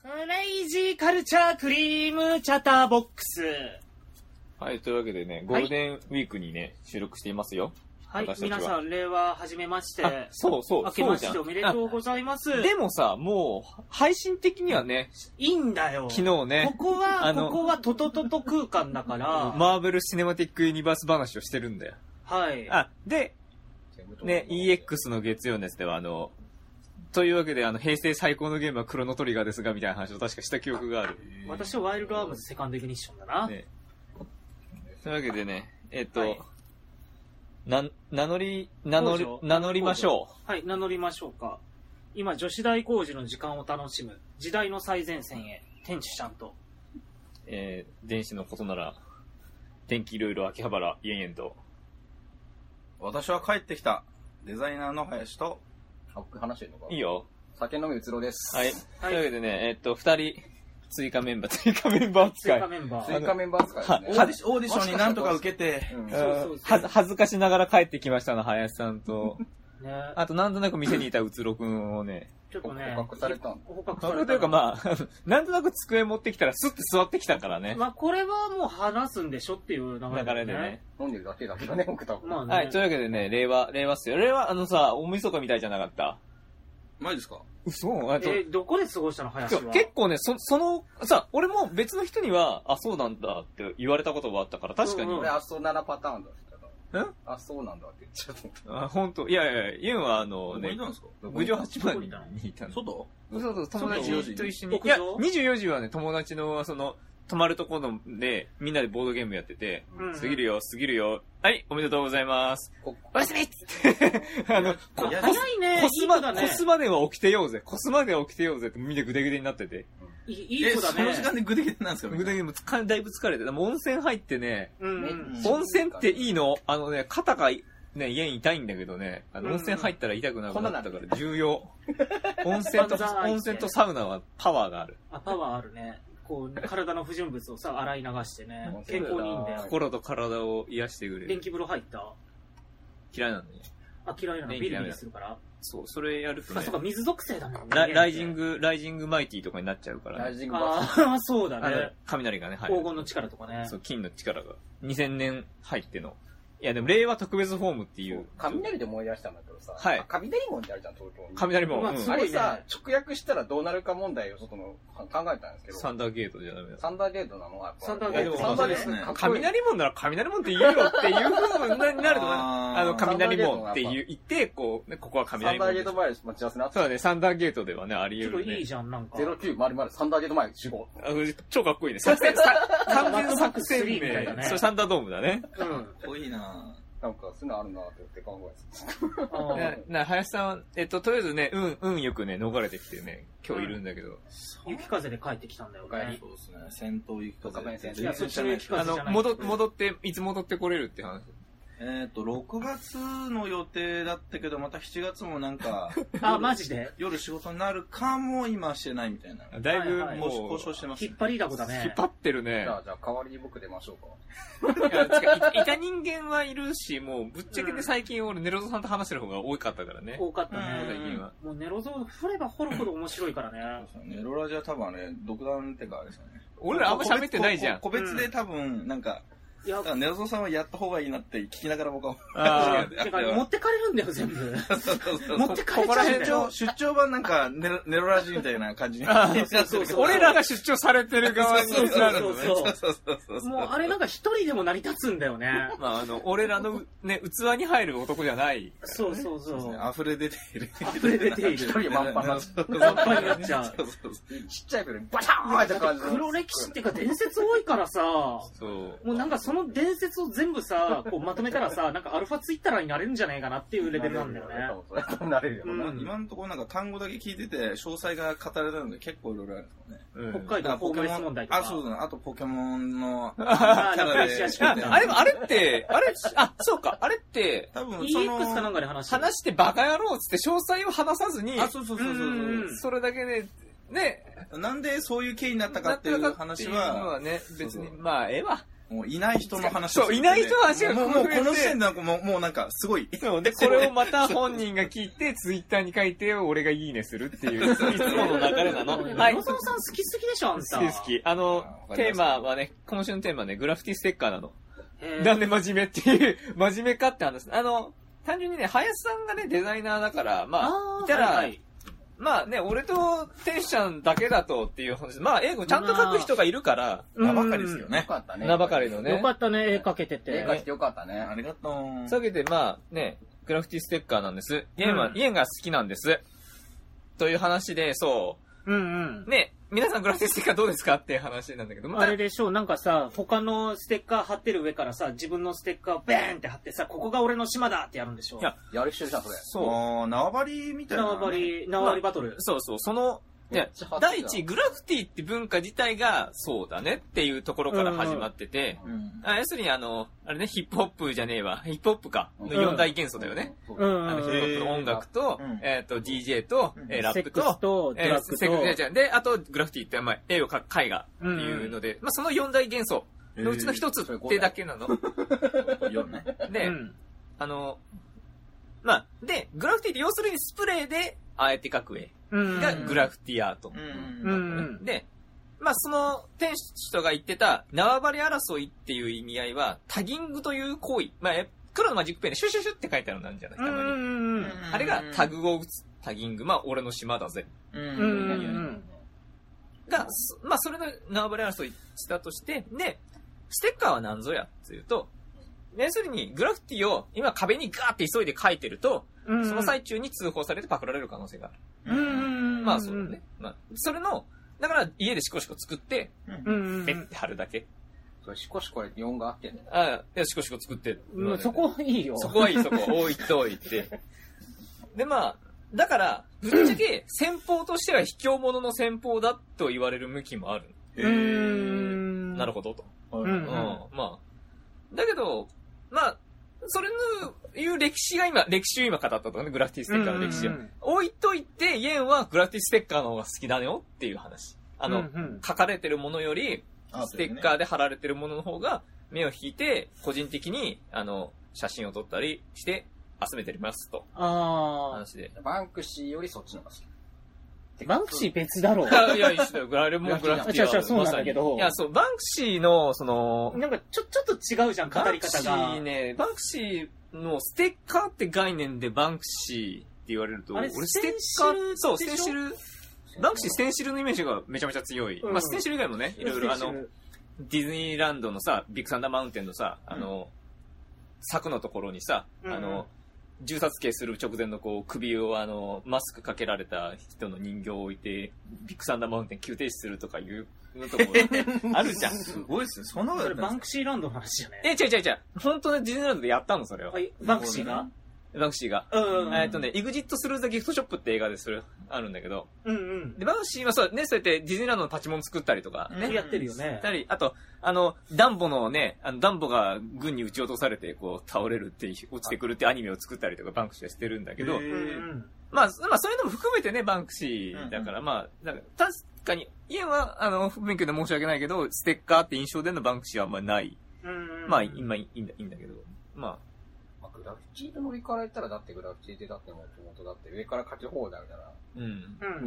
レイジーカルチャークリームチャターボックス。 はい、というわけでね、ゴールデンウィークにね、収録していますよ。 はい、皆さん、令和始めまして。 そうそう、 明けましておめでとうございます。 でもさ、もう、配信的にはね、 いいんだよ。 昨日ね。 ここはトトトト空間だから。 マーベルシネマティックユニバース話をしてるんだよ。 はい。 で、ね、EX の月曜のやつではというわけで平成最高のゲームはクロノトリガーですが、みたいな話を確かした記憶がある。 私はワイルドアームズセカンドイグニッションだな。ね。 というわけでね、はい、名乗りましょう。 はい、名乗りましょうか。今、女子大工事の時間を楽しむ、時代の最前線へ、天使ちゃんと。 電子のことなら、天気いろいろ秋葉原、イエンエンと。 私は帰ってきた、デザイナーの林と、 僕話してるのかいいよ。 酒飲みうつろです。 はい。というわけでね、二人、追加メンバー扱い。追加メンバー扱いね。 オーディションになんとか受けて、 恥ずかしながら帰ってきましたの、林さんと。ね、あと、なんとなく店にいたうつろくんをね、 ちょっとね、 捕獲されたんだ。 捕獲というかまあ、なんとなく机持ってきたらスッて座ってきたからね。 まあ、これはもう話すんでしょっていう流れでね。 飲んでるだけだけどね、僕多分。 まあね。 はい、というわけでね、令和っすよ。令和、さ、大晦日みたいじゃなかった？ マジですか？ 嘘？ どこで過ごしたの、林は？ 結構ね、さ、俺も別の人には、あ、そうなんだって言われたことがあったから、確かに。 俺、あ、そう7パターンだ。あ、そうなんだって言っちゃった。 あ、ほんと。いや、ユンはね、58番にいたの。 外？ そう、友達と一緒に。いや、24時はね、友達の、泊まるところで、みんなでボードゲームやってて、過ぎるよ。はい、おめでとうございます。おやすみっつって、 早いね。 コスまでは起きてようぜってみんなグデグデになってて。 いい子だね。 その時間でグデグデなんですか？ グデグデだいぶ疲れて。でも温泉入ってね、温泉っていいの？肩が、ね、家に痛いんだけどね、温泉入ったら痛くなくなったから重要。温泉とサウナはパワーがある。 あ、パワーあるね。こう、体の不純物をさ、洗い流してね、健康にいいんだよ。 心と体を癒してくれる。 電気風呂入った？ 嫌いなのね。 あ、嫌いなの？ビリビリするから？ そう、それやるとね。 あ、そうか、水属性だもんね。 ライジングマイティとかになっちゃうから、ね。 ライジングああ、そうだね。 雷がね、 黄金の力とかね。 そう、金の力が。2000年入っての。いや、でも、令和特別フォームっていう。 雷で思い出したんだけどさ。 はい。 雷門ってあるじゃん、東京に。 雷門。 あれさ、直訳したらどうなるか問題を考えたんですけど。 サンダーゲートじゃダメだ。 サンダーゲートなのは、 サンダーゲートですね。 雷門なら雷門って言えよっていう風になると雷門って言って、ここは雷門。 サンダーゲート前待ち合わせにあった。 そうだね、サンダーゲートではね、あり得るね。 いいじゃん、なんか。 0900サンダーゲート前集合。 超かっこいいね。完全作戦名みたいなね。それサンダードームだね。 かっこいいなぁ。 なんか、そういうのあるなって考えてた。林さんは、とりあえずね、運よくね、逃れてきてね、今日いるんだけど。 雪風で帰ってきたんだよね。 そうですね。戦闘雪風。 いや、そっちの雪風じゃない。 いつ戻ってこれるって話。 6月の予定だったけど、また7月もなんか、 あ、マジで夜仕事になるかも今してないみたいな。 だいぶもう、 交渉してます。 引っ張りだこだね。 引っ張ってるね。 じゃあ代わりに僕出ましょうか。いた人間はいるし、もうぶっちゃけて最近俺ネロゾさんと話してる方が多かったからね。 多かったね。最近は。もうネロゾ掘れば掘るほど面白いからね。 ネロラジは多分独断ってかあれですよね。 俺らあんま喋ってないじゃん。 個別で多分、なんか、いや、ネロゾさんはやった方がいいなって聞きながら僕は。 てか、持ってかれるんだよ、全部。持ってかれちゃうんだよ。 出張版なんか、ネロラジみたいな感じに。 俺らが出張されてる側になるのね。 もう、あれなんか一人でも成り立つんだよね。 まあ、俺らのね、器に入る男じゃない。 そう。 溢れ出ている。 溢れ出ている。 一人満帆になっちゃう。 満帆になっちゃう。 ちっちゃい頃にバシャーンって感じ。 黒歴史っていうか伝説多いからさ、もうなんかその伝説を全部さ、こうまとめたらさ、なんかアルファツイッターになれるんじゃないかなっていうレベルなんだよね。 なれるよ。 今のところなんか単語だけ聞いてて、詳細が語られたので結構いろいろあるんですよね。 北海道ホームレス問題とか。 あ、そうだね。あとポケモンの。 あれって、そうか、あれって、 多分EX かなんかで話してバカ野郎っつって詳細を話さずに、 そう。 それだけで、ね、 なんでそういう経緯になったかっていう話は、 ね、別に、まあ、 もういない人の話そう、いない人の話がもうこの時点でもうなんかすごい。 そう、で、これをまた本人が聞いて、ツイッターに書いて、俺がいいねするっていう、いつもの流れなの。 はい。野沢さん好きすぎでしょ、あんた。 好き好き。テーマはね、今週のテーマはね、グラフィティステッカーなの。なんで真面目っていう、真面目かって話。単純にね、林さんがね、デザイナーだから、まあ、いたら、まあね、俺と天使ちゃんだけだとっていう話。まあ、英語ちゃんと書く人がいるから、 名ばかりですよね。 よかったね。 名ばかりのね。 よかったね、絵描けてて。 絵描いてよかったね。 ありがとう。 そういうわけで、まあね、グラフィティステッカーなんです。イエンが好きなんです。という話で、そう。ね、皆さんグラフィティステッカーどうですかっていう話なんだけど、 あれでしょう、なんかさ、他のステッカー貼ってる上からさ、自分のステッカーをベーンって貼ってさ、ここが俺の島だってやるんでしょ。 いや、やる人じゃん、それ。 そう。縄張りみたいな。 縄張りバトル。 そうそう、第一、グラフィティって文化自体がそうだねっていうところから始まってて、要するにあれね、ヒップホップじゃねえわ、ヒップホップか、の4大元素だよね。ヒップホップの音楽と、DJ と、ラップと、 ドラッグと、 で、あとグラフィティって、まあ、絵を描く絵画っていうので、まあ、その4大元素のうちの一つってだけなの。で、まあ、で、グラフィティって要するにスプレーであえて描く絵がグラフィティアート。で、まあその店主が言ってた縄張り争いっていう意味合いはタギングという行為。まあ黒のマジックペンでシュシュシュって書いてあるのなんじゃないたまに。あれがタグを打つ。タギング。まあ俺の島だぜ。が、まあそれの縄張り争いしたとして、で、ステッカーは何ぞやっていうと、要するに、グラフィティを今壁にガーって急いで書いてると、その最中に通報されてパクられる可能性がある。まあそうだね。まあ、それの、だから家でシコシコ作って、ペッて貼るだけ。 それシコシコ4があってんね。 ああ、シコシコ作って。 そこはいいよ。 そこはいい、そこ。置いといて。で、まあ、だから、ぶっちゃけ戦法としては卑怯者の戦法だと言われる向きもある。なるほどと。まあ。だけど、まあ、それのいう歴史を今語ったとかね、グラフィティステッカーの歴史を。置いといて、イエンはグラフィティステッカーの方が好きだよっていう話。書かれてるものより、ステッカーで貼られてるものの方が目を引いて、個人的に、写真を撮ったりして集めてますと。話で。 バンクシーよりそっちの方が好き。 バンクシー別だろう。 いや、一緒だよ。あれもグラフィティは。 そうなんだけど。 いや、そう、バンクシーの、 なんか、ちょっと違うじゃん、語り方が。 バンクシーのステッカーって概念でバンクシーって言われると、俺ステッカー、そう、ステンシル、バンクシーステンシルのイメージがめちゃめちゃ強い。まあ、ステンシル以外もね、いろいろディズニーランドのさ、ビッグサンダーマウンテンのさ、柵のところにさ、銃殺刑する直前のこう首をマスクかけられた人の人形を置いてビッグサンダーマウンテン急停止するとかいうのとこあるじゃん。 すごいっすね。そんなそれバンクシーランドの話じゃね。 違う。本当にディズニーランドでやったのそれを。 バンクシーがバンクシーが。エグジットスルーザギフトショップって映画でそれあるんだけど。で、バンクシーはそうやってディズニーランドのパチモン作ったりとかね。 やってるよね。 あと、ダンボのね、ダンボが軍に撃ち落とされて、こう、倒れるって、落ちてくるってアニメを作ったりとかバンクシーはしてるんだけど、まあ、そういうのも含めてね、バンクシーだから、まあ、確かに、イエンは、不勉強で申し訳ないけど、ステッカーって印象でのバンクシーはあんまりない。まあ、今いいんだけど、まあ、 グラフィティの上から言ったらだってグラフィティだってもともとだって上から書き放題だから。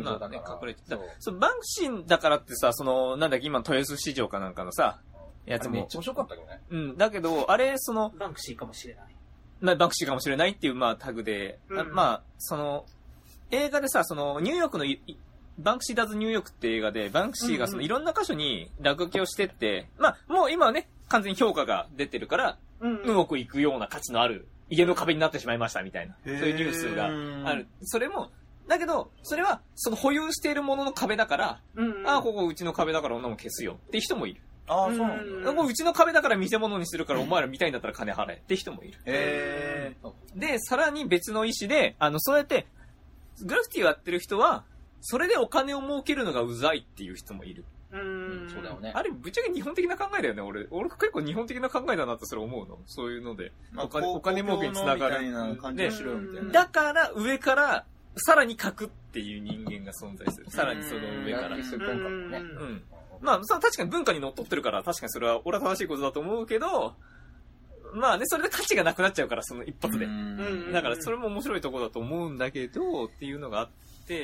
まあね、隠れてた。そう、バンクシーだからってさ、なんだっけ、今、豊洲市場かなんかのさ、やつも。 めっちゃ面白かったけどね。 だけど、あれ、 バンクシーかもしれない。 バンクシーかもしれないっていう、まあ、タグで、まあ、映画でさ、ニューヨークの、バンクシーダズニューヨークって映画で、バンクシーがいろんな箇所に落書きをしてって、まあ、もう今はね、完全に評価が出てるから、うまくいくような価値のある家の壁になってしまいましたみたいな、そういうニュースがある。それも、だけど、それは、保有しているものの壁だから、ここうちの壁だから女も消すよって人もいる。 そうなんだ。 もううちの壁だから見せ物にするからお前ら見たいんだったら金払えって人もいる。で、さらに別の意思で、そうやって、グラフィティをやってる人は、それでお金を儲けるのがうざいっていう人もいる。 そうだよね。 あれ、ぶっちゃけ日本的な考えだよね、俺結構日本的な考えだなってそれ思うの。そういうので。お金儲けにつながる。だから、上から、さらに書くっていう人間が存在する。さらにその上から。 まあ、確かに文化に則ってるから、確かにそれは、俺は正しいことだと思うけど、まあね、それで価値がなくなっちゃうから、その一発で。だから、それも面白いところだと思うんだけど、っていうのがあって、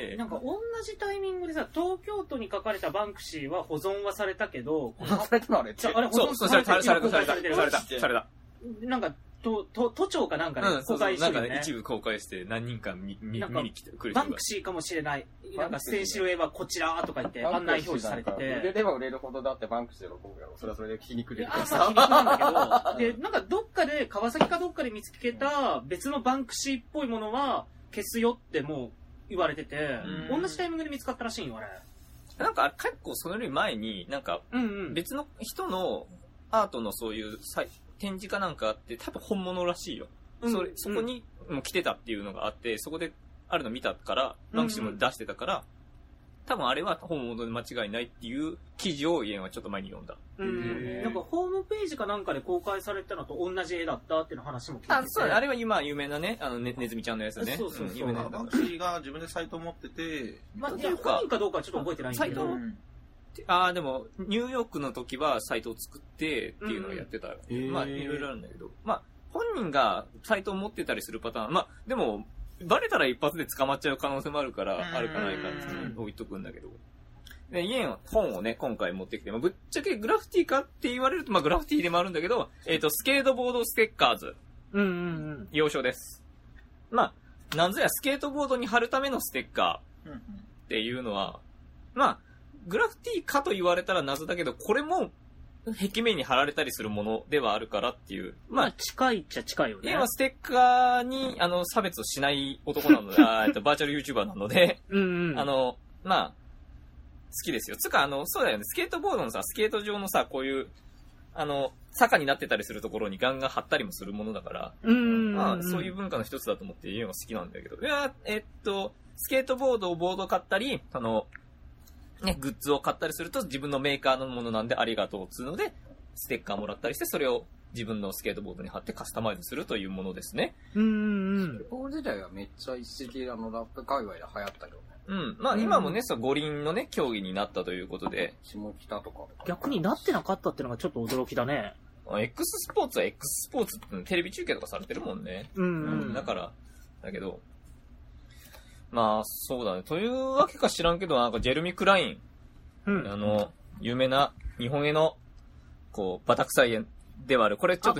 なんか同じタイミングでさ、東京都に書かれたバンクシーは保存はされたけど、 保存されたのあれって。 あれ保存された。 された。 なんか、都庁かなんかね、公開してるね。 なんかね、一部公開して何人か見に来てくる人が。 バンクシーかもしれない。なんか、ステンシル絵はこちらとか言って案内表示されてて。 売れれば売れるほどだってバンクシーの僕らそれはそれで聞きにくれるからさ。まあ、なんだけど、で、なんかどっかで、川崎かどっかで見つけた別のバンクシーっぽいものは消すよってもう言われてて、同じタイミングで見つかったらしいよ、あれ。 なんか、結構そのより前に、なんか、別の人のアートのそういう展示かなんかあって、多分本物らしいよ。そこにも来てたっていうのがあって、そこであるの見たから、バンクシーも出してたから、多分あれは本物で間違いないっていう記事をイエンはちょっと前に読んだ。 なんかホームページかなんかで公開されたのと同じ絵だったっていう話も聞いてて。 あ、そう、あれは今有名なね、ネズミちゃんのやつね。 そう。 有名なバンクシーが自分でサイト持ってて、 まあ、本人かどうかはちょっと覚えてないんだけど。 でも、ニューヨークの時はサイトを作ってっていうのをやってた。まあ、いろいろあるんだけど。まあ、本人がサイトを持ってたりするパターン。まあ、でも、バレたら一発で捕まっちゃう可能性もあるから、あるかないかって置いとくんだけど。で、イエンは本をね、今回持ってきて、ぶっちゃけグラフィティかって言われると、まあ、グラフィティでもあるんだけど、スケートボードステッカーズ。要所です。まあ、なんぞやスケートボードに貼るためのステッカーっていうのは、まあ、グラフィティかと言われたら謎だけど、これも壁面に貼られたりするものではあるからっていう。 まあ、近いっちゃ近いよね。 今、ステッカーに、差別をしない男なので、バーチャル YouTuber なので、まあ、好きですよ。つか、そうだよね、スケートボードのさ、スケート場のさ、こういう、坂になってたりするところにガンガン貼ったりもするものだから、まあ、そういう文化の一つだと思って言うのが好きなんだけど、いや、スケートボード買ったり、ね、グッズを買ったりすると自分のメーカーのものなんでありがとうっつうので、ステッカーもらったりして、それを自分のスケートボードに貼ってカスタマイズするというものですね。 スケートボード自体はめっちゃ一時ラップ界隈で流行ったけどね。 まあ今もね、五輪のね、競技になったということで。 下北とか。 逆になってなかったってのがちょっと驚きだね。 X スポーツは X スポーツってテレビ中継とかされてるもんね。だから、だけど、まあ、そうだね。というわけか知らんけど、なんかジェルミ・クライン、有名な日本絵の、こう、バタクサイ絵ではある。これちょっと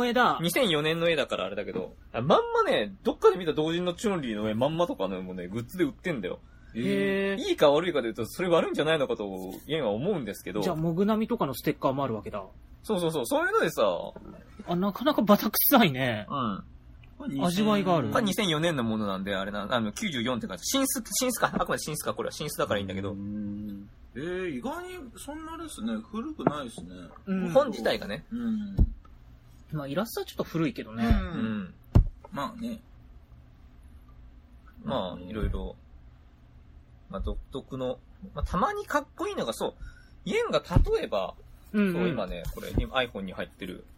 2004年の絵だからあれだけど、まんまね、どっかで見た同人のチュンリーの絵まんまとかのもね、グッズで売ってんだよ。いいか悪いかで言うと、それ悪いんじゃないのかと、イエンは思うんですけど。 じゃあ、モグナミとかのステッカーもあるわけだ。 そういうのでさ、 なかなかバタ臭いね。味わいがある。 これ2004年のものなんで、あれな、94って感じ。新スか。あくまで新スか、これは新スだからいいんだけど。 意外にそんなですね、古くないですね。 本自体がね。 まあ、イラストはちょっと古いけどね。 まあね。 まあ、いろいろ、まあ、独特の、まあ、たまにかっこいいのが、そう、イエンが例えば、そう、今ね、これ、iPhone に入ってる、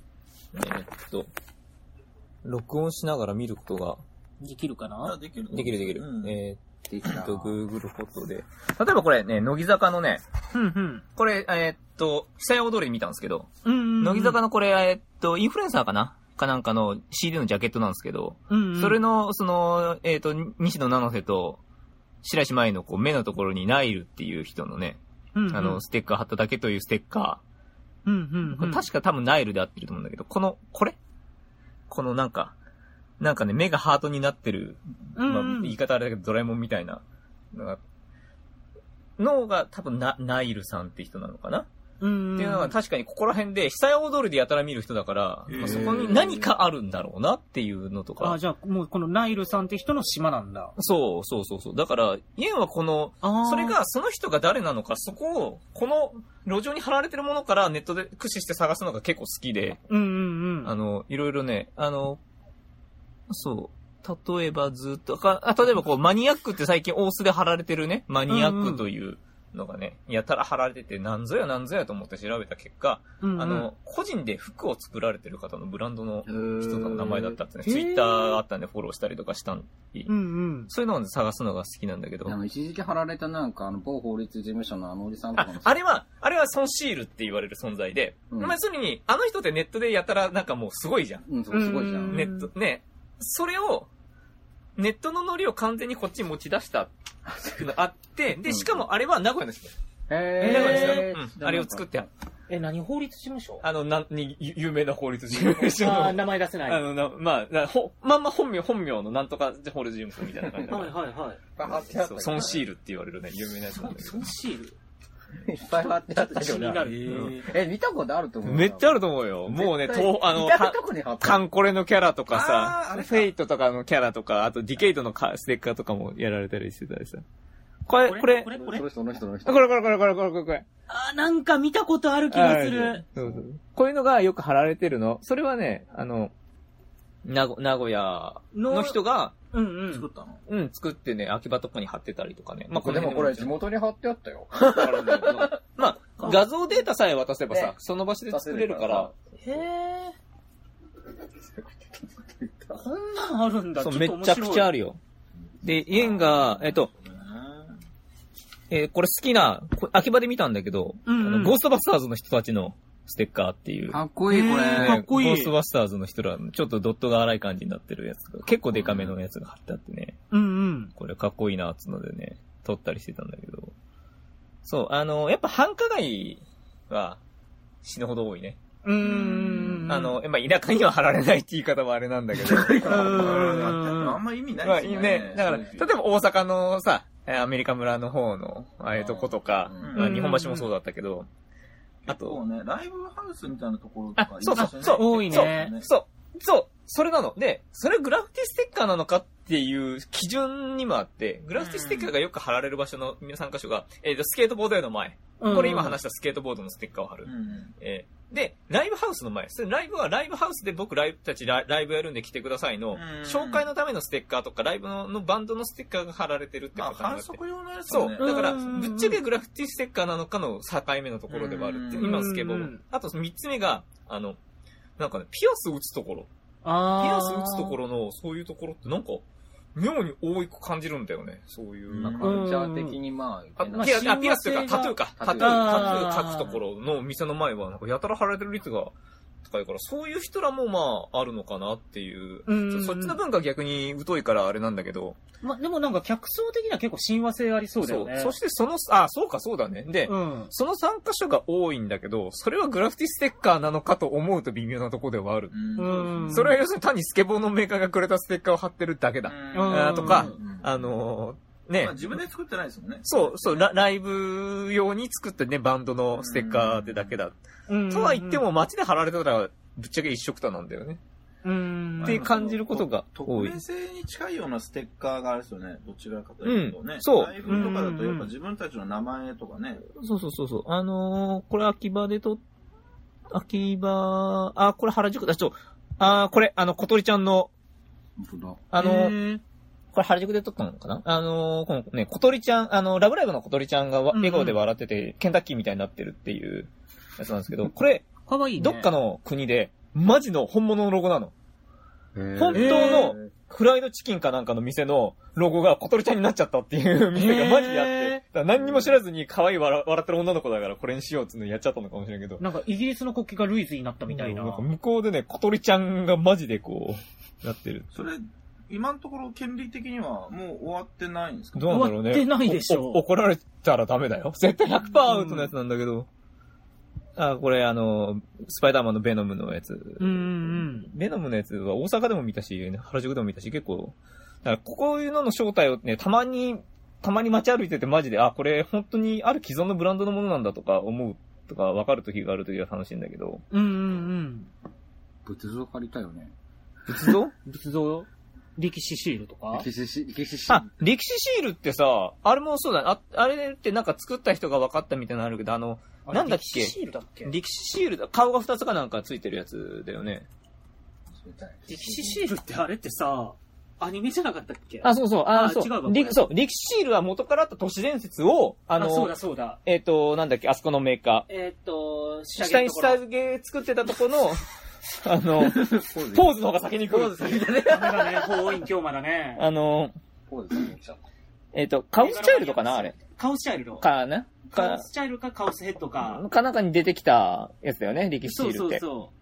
録音しながら見ることができるかな？ できる。Google フォトで。例えばこれね、乃木坂のね、これ、久屋踊りで見たんですけど、乃木坂のこれ、インフルエンサーかなんかの CD のジャケットなんですけど、それの、西野七瀬と白石麻衣のこう目のところにナイルっていう人のね、ステッカー貼っただけというステッカー。確か多分ナイルで合ってると思うんだけど、このなんかね、目がハートになってる、まあ、言い方あれだけど、ドラえもんみたいなのが多分ナイルさんって人なのかなっていうのが確かにここら辺で、久屋踊りでやたら見る人だから、まあ、そこに何かあるんだろうなっていうのとか。 じゃあもうこのナイルさんって人の島なんだ。 そう。だから、イエンはそれがその人が誰なのか、そこを、この路上に貼られてるものからネットで駆使して探すのが結構好きで、いろいろね、そう。例えば例えばこう、マニアックって最近大須で貼られてるね、マニアックというのがね、やたら貼られてて、なんぞやと思って調べた結果、個人で服を作られてる方のブランドの人の名前だったってね、ツイッターあったんでフォローしたりとかしたんで、そういうのを探すのが好きなんだけど。 一時期貼られた某法律事務所のおじさんとかも。 あれはソンシールって言われる存在で、まあ、要するに、あの人ってネットでやたらなんかもうすごいじゃん。 すごいじゃん。 ネット、ね、それを、ネットのノリを完全にこっちに持ち出したのあって、で、しかもあれは名古屋の人だよ。名古屋の人。あれを作ってある。 何法律事務所？ 有名な法律事務所。 名前出せない。 まあ本名のなんとか法律事務所みたいな感じで。 はい。 ソンシールって言われるね、有名なやつなんだけど。 ソンシール？ いっぱい貼ってあったけどな。見たことあると思う。 めっちゃあると思うよ。もうね、カンコレのキャラとかさ、フェイトとかのキャラとか、あとディケイドのステッカーとかもやられたりしてたりさ。これ。 その人。 これ。 なんか見たことある気がする。 そう。こういうのがよく貼られてるの。それはね、名古屋の人が、 作ったの？ 作ってね、秋葉とかに貼ってたりとかね。 まあ、でもこれ地元に貼ってあったよ。 まあ、画像データさえ渡せばさ、その場所で作れるから。 へぇー。こんなんあるんだ。 そう、めちゃくちゃあるよ。で、イエンが、これ好きな、秋葉で見たんだけど、ゴーストバスターズの人たちのステッカーっていう。 かっこいい、これ。 かっこいい。 ゴーストバスターズの人ら、ちょっとドットが荒い感じになってるやつが、結構デカめのやつが貼ってあってね。これかっこいいな、つうのでね、撮ったりしてたんだけど。そう、やっぱ繁華街は死ぬほど多いね。まあ、田舎には貼られないって言い方はあれなんだけど。 あんま意味ないですよね。 だから、例えば大阪のさ、アメリカ村の方の、ああいうとことか、日本橋もそうだったけど、 あと、ね、ライブハウスみたいなところとか、 そう、 多いね。 そう、それなの。で、それグラフィティステッカーなのかっていう基準にもあって、グラフィティステッカーがよく貼られる場所の3カ所が、スケートボード屋の前。これ今話したスケートボードのステッカーを貼る。で、ライブハウスの前。ライブはライブハウスで僕ライブやるんで来てくださいの、紹介のためのステッカーとか、ライブのバンドのステッカーが貼られてるってこと反則用のやつそう。だから、ぶっちゃけグラフィティステッカーなのかの境目のところではあるって。今のスケボー。あと3つ目が、なんかね、ピアス打つところ。ピアス打つところの、そういうところってなんか、妙に多く感じるんだよね。そういう。 カルチャー的にピアスというかタトゥーか。タトゥー書くところの店の前は、なんかやたら貼られてる率が高いから、そういう人らもまあ、あるのかなっていう。そっちの文化逆に疎いからあれなんだけど。 まあ、でもなんか客層的には結構親和性ありそうだよね。 そしてそうだね。で、その3カ所が多いんだけど、それはグラフィティステッカーなのかと思うと微妙なところではある。それは要するに単にスケボーのメーカーがくれたステッカーを貼ってるだけだ。とか、ね。 自分で作ってないですもんね。 そう、ライブ用に作ったね、バンドのステッカーってだけだ。とは言っても街で貼られたら、ぶっちゃけ一緒くたなんだよね。って感じることが多い。 匿名性に近いようなステッカーがあるんですよね。どちらかというとね。 そう。 ライブとかだとやっぱ自分たちの名前とかね。 そう。これ秋葉でこれ原宿だ。これ、小鳥ちゃんの、これ原宿で撮ったのかなこのね、小鳥ちゃん、ラブライブの小鳥ちゃんが笑顔で笑ってて、ケンタッキーみたいになってるっていうやつなんですけど、これ、 かわいいね。 どっかの国で、マジの本物のロゴなの。本当のフライドチキンかなんかの店のロゴが小鳥ちゃんになっちゃったっていう店がマジであって、だから何にも知らずに可愛い笑ってる女の子だからこれにしようっていうのやっちゃったのかもしれんけど。 なんかイギリスの国旗がルイズになったみたいな。 なんか向こうでね、小鳥ちゃんがマジでこう、なってる。 それ、今のところ権利的にはもう終わってないんですか？ どうなんだろうね。 終わってないでしょ。 怒られたらダメだよ。絶対 100% アウトのやつなんだけど。これスパイダーマンのベノムのやつ。ベノムのやつは大阪でも見たし、原宿でも見たし、結構、だからこういうのの正体をね、たまに街歩いててマジで、これ本当にある既存のブランドのものなんだとか思うとか分かる時がある時は楽しいんだけど。 仏像借りたよね。 仏像仏像力士シールとか力士シール。 力士シールってさ、あれもそうだね。あれってなんか作った人が分かったみたいなのあるけど、なんだっけ？ 力士シールだっけ？ 力士シールだ。顔が2つかなんかついてるやつだよね。 力士シールってあれってさ、 アニメじゃなかったっけ？ そうそう。そう。 違うわ。 そう。歴史シールは元からあった都市伝説を、 そうだ。 なんだっけ、あそこのメーカー。下に下着作ってたとこの、ポーズの方が先に来る。ポーズ先だね。 ダメだね、多い今日まだね。 ポーズ先に来ちゃった。 カオスチャイルドかなあれ。 カオスチャイルド。 かなカオスチャイルドかカオスヘッドか。 なんかに出てきたやつだよね、歴史シールって。 そう。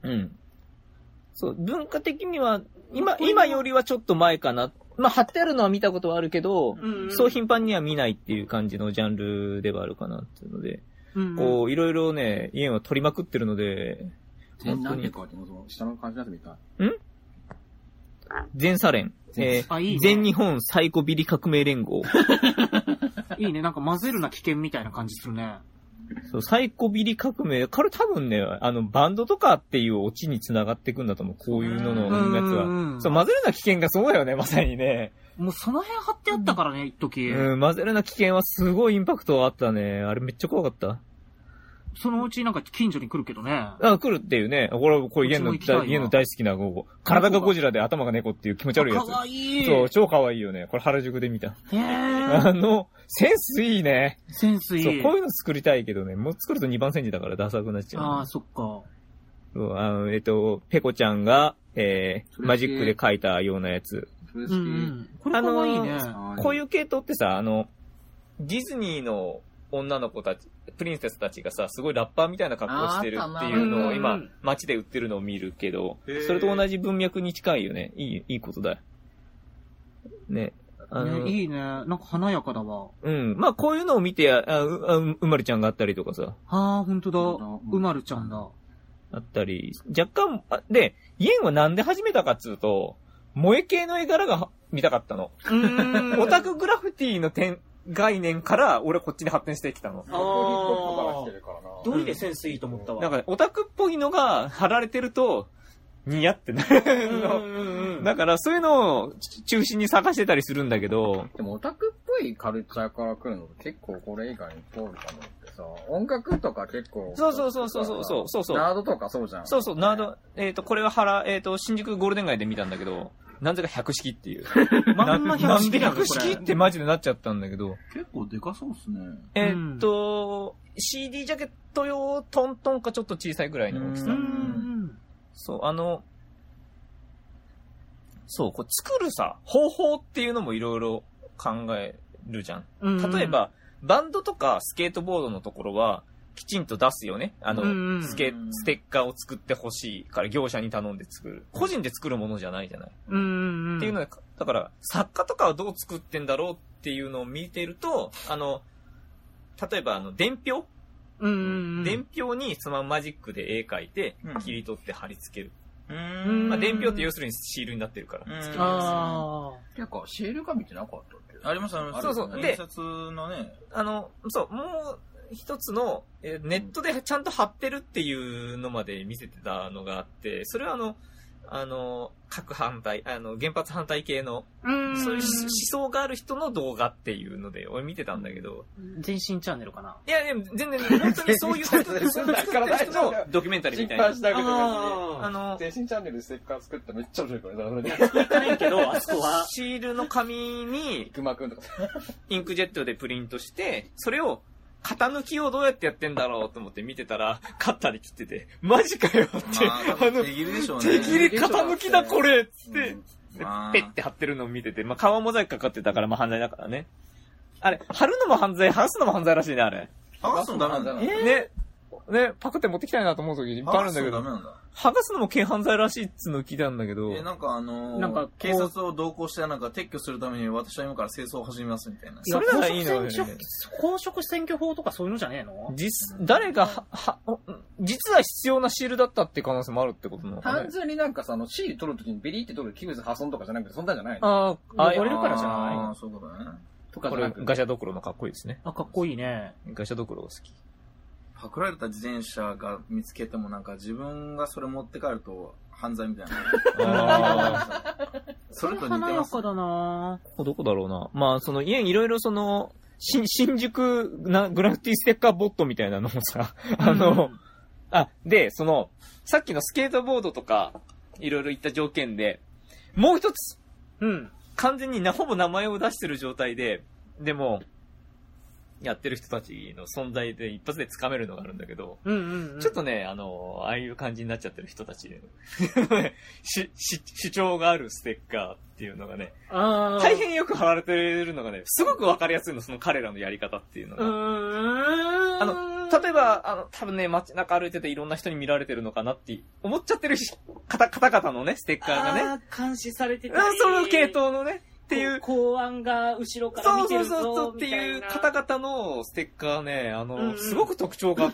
うん。そう、文化的には、今よりはちょっと前かな。まあ、貼ってあるのは見たことはあるけど、そう頻繁には見ないっていう感じのジャンルではあるかなっていうので、こう、いろいろね、家を取りまくってるので、 なんて書いてます下の感じのやつ見た全サレン。全日本サイコビリ革命連合。 いいね、なんか混ぜるな危険みたいな感じするね。 そう、サイコビリ革命。これ多分ね、バンドとかっていうオチに繋がっていくんだと思う。こういうののやつは。そう、混ぜるな危険がそうだよね、まさにね。 もうその辺貼ってあったからね、一時。 混ぜるな危険はすごいインパクトあったね。あれめっちゃ怖かった。 そのうちなんか近所に来るけどね。 来るっていうね。これ家の大好きな、体がゴジラで頭が猫っていう気持ち悪いやつ。 かわいい。 そう、超かわいいよね。これ原宿で見た。センスいいね。 センスいい。 そう、こういうの作りたいけどね。もう作ると2番センチだからダサくなっちゃう。 そっか。 そう、ペコちゃんが、マジックで描いたようなやつ。 これかわいいね。 こういう系統ってさ、ディズニーの女の子たち、プリンセスたちがさ、すごいラッパーみたいな格好してるっていうのを今、街で売ってるのを見るけど、それと同じ文脈に近いよね。いいことだよ。ね。 いいね。なんか華やかだわ。 まあ、こういうのを見て、うまるちゃんがあったりとかさ。 ほんとだ。うまるちゃんだ。 あったり。若干、で、イエンはなんで始めたかっつうと、萌え系の絵柄が見たかったの。オタクグラフィティの概念から俺こっちに発展してきたの。 どうりでセンスいいと思ったわ。 なんかオタクっぽいのが貼られてると、ニヤってなるの。だからそういうのを中心に探してたりするんだけど。 でもオタクっぽいカルチャーから来るの結構これ以外に通るかもってさ、音楽とか結構。 そう。 ナードとかそうじゃん。 そう、ナード。これは新宿ゴールデン街で見たんだけど、なんぜか百式っていう。 まんま百式なんで百式ってマジでなっちゃったんだけど。 結構でかそうっすね。 CD ジャケット用トントンかちょっと小さいぐらいの大きさ。そう、そう、これ作るさ、方法っていうのもいろいろ考えるじゃん。例えば、バンドとかスケートボードのところは、きちんと出すよね。ステッカーを作ってほしいから業者に頼んで作る。個人で作るものじゃないじゃない。っていうので、だから、作家とかはどう作ってんだろうっていうのを見てると、例えば伝票伝票にそのままマジックで絵描いて、切り取って貼り付ける。まあ、伝票って要するにシールになってるから。 結構シール紙ってなかったっけ？ あります。 そう。 印刷のね。 そう、もう一つの、ネットでちゃんと貼ってるっていうのまで見せてたのがあって、それは核反対、原発反対系の、そういう思想がある人の動画っていうので、俺見てたんだけど。 全身チャンネルかな？ いや、全然、本当にそういう人のドキュメンタリーみたいな。 全身チャンネルステッカー作っためっちゃ面白いからね。 やってないけど、あそこは。 シールの紙に、インクジェットでプリントして、それを、型抜きをどうやってやってんだろうと思って見てたら、カッターで切ってて、マジかよって、 手切りでしょうね。 手切り型抜きだこれっつって、ペッて貼ってるのを見てて、まあ、革モザイクかかってたからまあ犯罪だからね。あれ、貼るのも犯罪、剥がすのも犯罪らしいね、あれ。 剥がすのダメなんだ。 ね、パクって持ってきたいなと思う時いっぱいあるんだけど。剥がすのも軽犯罪らしいっつうのを聞いたんだけど。 なんか警察を同行してなんか撤去するために私は今から清掃を始めますみたいな。 それならいいのよね。 公職選挙法とかそういうのじゃねえの？ 誰が実は必要なシールだったって可能性もあるってことなのかね。 単純になんかシール取るときにビリって取る器物破損とかじゃなくてそんなんじゃないの？ 汚れるからじゃない？ ああ、そういうことね。 とかこれガシャドクロのかっこいいですね。 かっこいいね。 ガシャドクロが好き。 パクられた自転車が見つけてもなんか自分がそれ持って帰ると犯罪みたいな。それと似てます。 華やかだなぁ。 どこだろうな。まあ、いろいろ新宿グラフィティステッカーボットみたいなのもさ、で、さっきのスケートボードとか、いろいろ言った条件で、もう一つ、 完全にほぼ名前を出してる状態で、でも、やってる人たちの存在で一発で掴めるのがあるんだけど、ちょっとね、ああいう感じになっちゃってる人たちで、主張があるステッカーっていうのがね、大変よく貼られてるのがね、すごくわかりやすいの、その彼らのやり方っていうのが。例えば、多分ね、街中歩いてていろんな人に見られてるのかなって思っちゃってる方々のね、ステッカーがね。 監視されてたり。 その系統のね。っていう。 公安が後ろから見てるぞそうっていう方々のステッカーね、すごく特徴があって。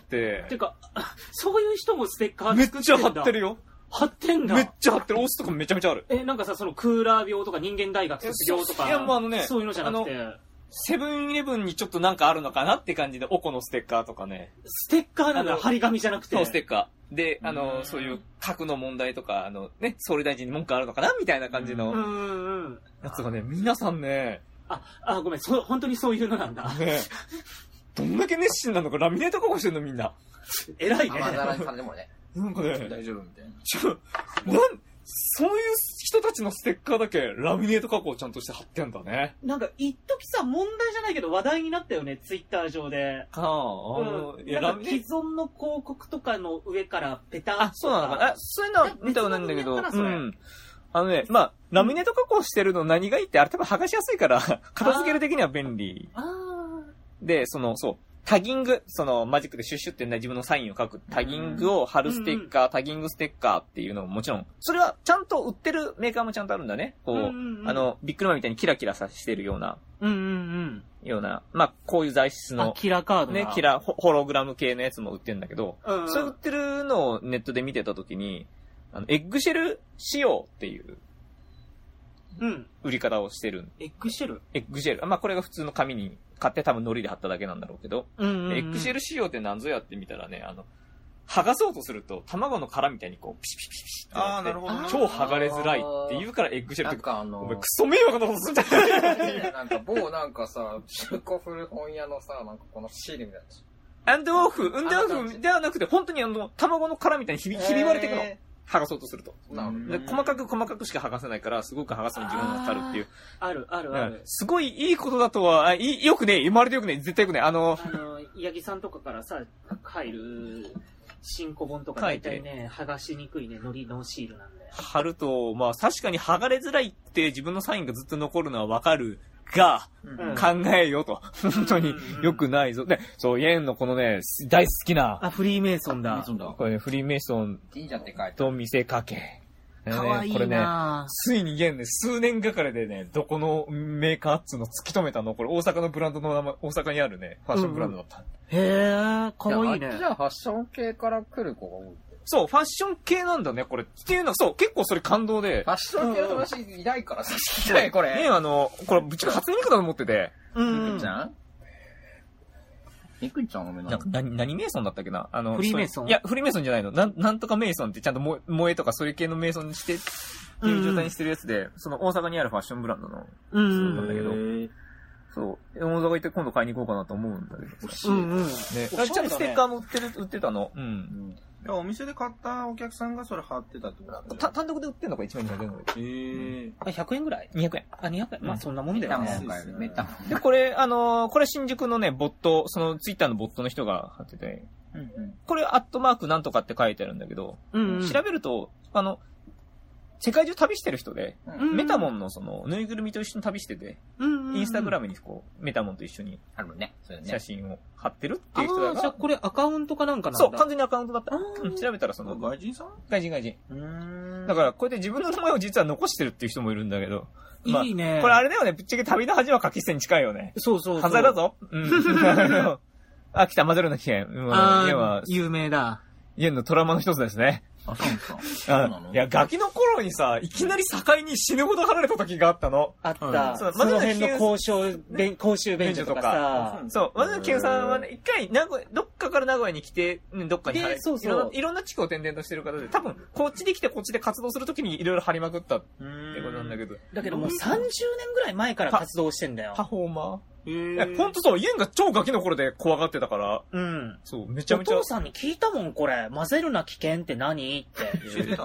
てか、そういう人もステッカー作ってんだ。めっちゃ貼ってるよ。 貼ってんだ。 めっちゃ貼ってる。オスとかめちゃめちゃある。 なんかさ、そのクーラー病とか人間大学卒業とか。 いや、もうね、 そういうのじゃなくて。 セブンイレブンにちょっとなんかあるのかなって感じで、おこのステッカーとかね。 ステッカーなんだ、張り紙じゃなくて。 そう、ステッカー。で、そういう核の問題とか、ね、総理大臣に文句あるのかなみたいな感じの。やつがね、皆さんね。 ごめん、本当にそういうのなんだ。 ね。どんだけ熱心なのか、ラミネート加工してんのみんな。 偉いね。 なんかね。 大丈夫みたいな。 そういう人たちのステッカーだけラミネート加工ちゃんとして貼ってんだね。 なんか、一時さ、問題じゃないけど話題になったよね、ツイッター上で。なんか既存の広告とかの上からペタッと。 そうなのかな。そういうのは見たことないんだけど。まあ、ラミネート加工してるの何がいいって、あれ多分剥がしやすいから、片付ける的には便利。で、タギング、マジックでシュッシュって自分のサインを書くタギングを貼るステッカー、タギングステッカーっていうのももちろん、それはちゃんと売ってるメーカーもちゃんとあるんだね。ビックリマンみたいにキラキラさしてるような、ような、まあ、こういう材質の、 キラカードね、ホログラム系のやつも売ってるんだけど、そう売ってるのをネットで見てたときに、エッグシェル仕様っていう、売り方をしてる。 エッグシェル？ エッグシェル。まあ、これが普通の紙に買って多分糊で貼っただけなんだろうけど、エッグシェル仕様って何ぞやってみたらね、剥がそうとすると、卵の殻みたいにこう、ピシピシピシってなって、 なるほどね、 超剥がれづらいって言うからエッグシェルって、 なんかお前クソ迷惑なことすんじゃないなんかなんかさ、中古古本屋のさ、なんかこのシールみたいな。アンドオフではなくて、本当に卵の殻みたいにひび割れていくの。剥がそうとすると。細かくしか剥がせないから、すごく剥がすのに時間がかかるっていう。 ある。 すごいいいことだとは、よくね、まるでよくね、絶対よくね、 八木さんとかからさ、入る、新古本とか大体ね、剥がしにくいね、糊のシールなんで。 貼ると、まあ確かに剥がれづらいって自分のサインがずっと残るのはわかるが、考えよと。本当に良くないぞ。で、そう、イエンのこのね、大好きな。 フリーメイソンだ。 これね、フリーメイソンと見せかけ。 かわいいな、 これね、ついにイエンね、数年がかりでね、どこのメーカーっつうの突き止めたのこれ大阪のブランドの名前、大阪にあるね、ファッションブランドだった。 へー、かわいいね。 じゃあファッション系から来る子が多い。 そう、ファッション系なんだね、これ。っていうのは、そう、結構それ感動で。 ファッション系の友達いないからさ、聞きたい、これ。 ねこれ、ぶっちゃけ初音ミクだと思ってて。 ミクちゃんミクちゃんの目なの？ 何メイソンだったっけなフリーメイソン？ いや、フリーメイソンじゃないの。なんとかメイソンってちゃんと萌えとかそういう系のメイソンにしてっていう状態にしてるやつで、その大阪にあるファッションブランドの、そうなんだけど。そう。大阪行って今度買いに行こうかなと思うんだけど。ね。ちゃんとステッカーも売ってたの。 いや、お店で買ったお客さんがそれ貼ってたってこと単独で売ってんのか1枚200円ぐらい。 100円ぐらい ?200 円。 200円。まあそんなもんだよね。 で、これ、これ新宿のね、ボット、そのツイッターのボットの人が貼ってて、これアットマークなんとかって書いてあるんだけど、調べると、世界中旅してる人で、メタモンのその、ぬいぐるみと一緒に旅してて、インスタグラムにこう、メタモンと一緒に、写真を貼ってるっていう人だから。 じゃあこれアカウントかなんかなんだ？ そう、完全にアカウントだった。調べたらその、 外人さん？ 外人。だから、こうやって自分の名前を実は残してるっていう人もいるんだけど。 いいね。 これあれだよね、ぶっちゃけ旅の恥は書き捨てに近いよね。 そう。 犯罪だぞ。来た、混ぜるな危険。 有名だ。 家のトラウマの一つですね。 そうですか。 いや、ガキの頃にさ、いきなり境に死ぬほど離れた時があったの。 あった。その辺の公衆便所とかさ。 そう。まず、ケンさんはね、一回、どっかから名古屋に来て、どっかに入る。いろんな地区を転々としてる方で、多分、こっちに来てこっちで活動するときにいろいろ張りまくったってことなんだけど。 だけどもう30年ぐらい前から活動してんだよ。 パフォーマー。ほんとそう、イエンが超ガキの頃で怖がってたから。そう、めちゃめちゃ。 お父さんに聞いたもん、これ。混ぜるな危険って何って。 教えてたんですか？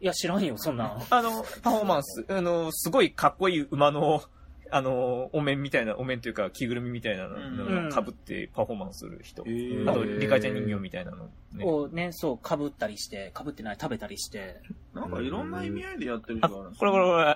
いや、知らんよ、そんな。 パフォーマンス、すごいかっこいい馬の、お面みたいな、お面というか着ぐるみみたいなのを被ってパフォーマンスする人。あと、リカちゃん人形みたいなの、 ね。をね、そう、被ったりして、被ってない、食べたりして。 なんかいろんな意味合いでやってる人があるんですこれ。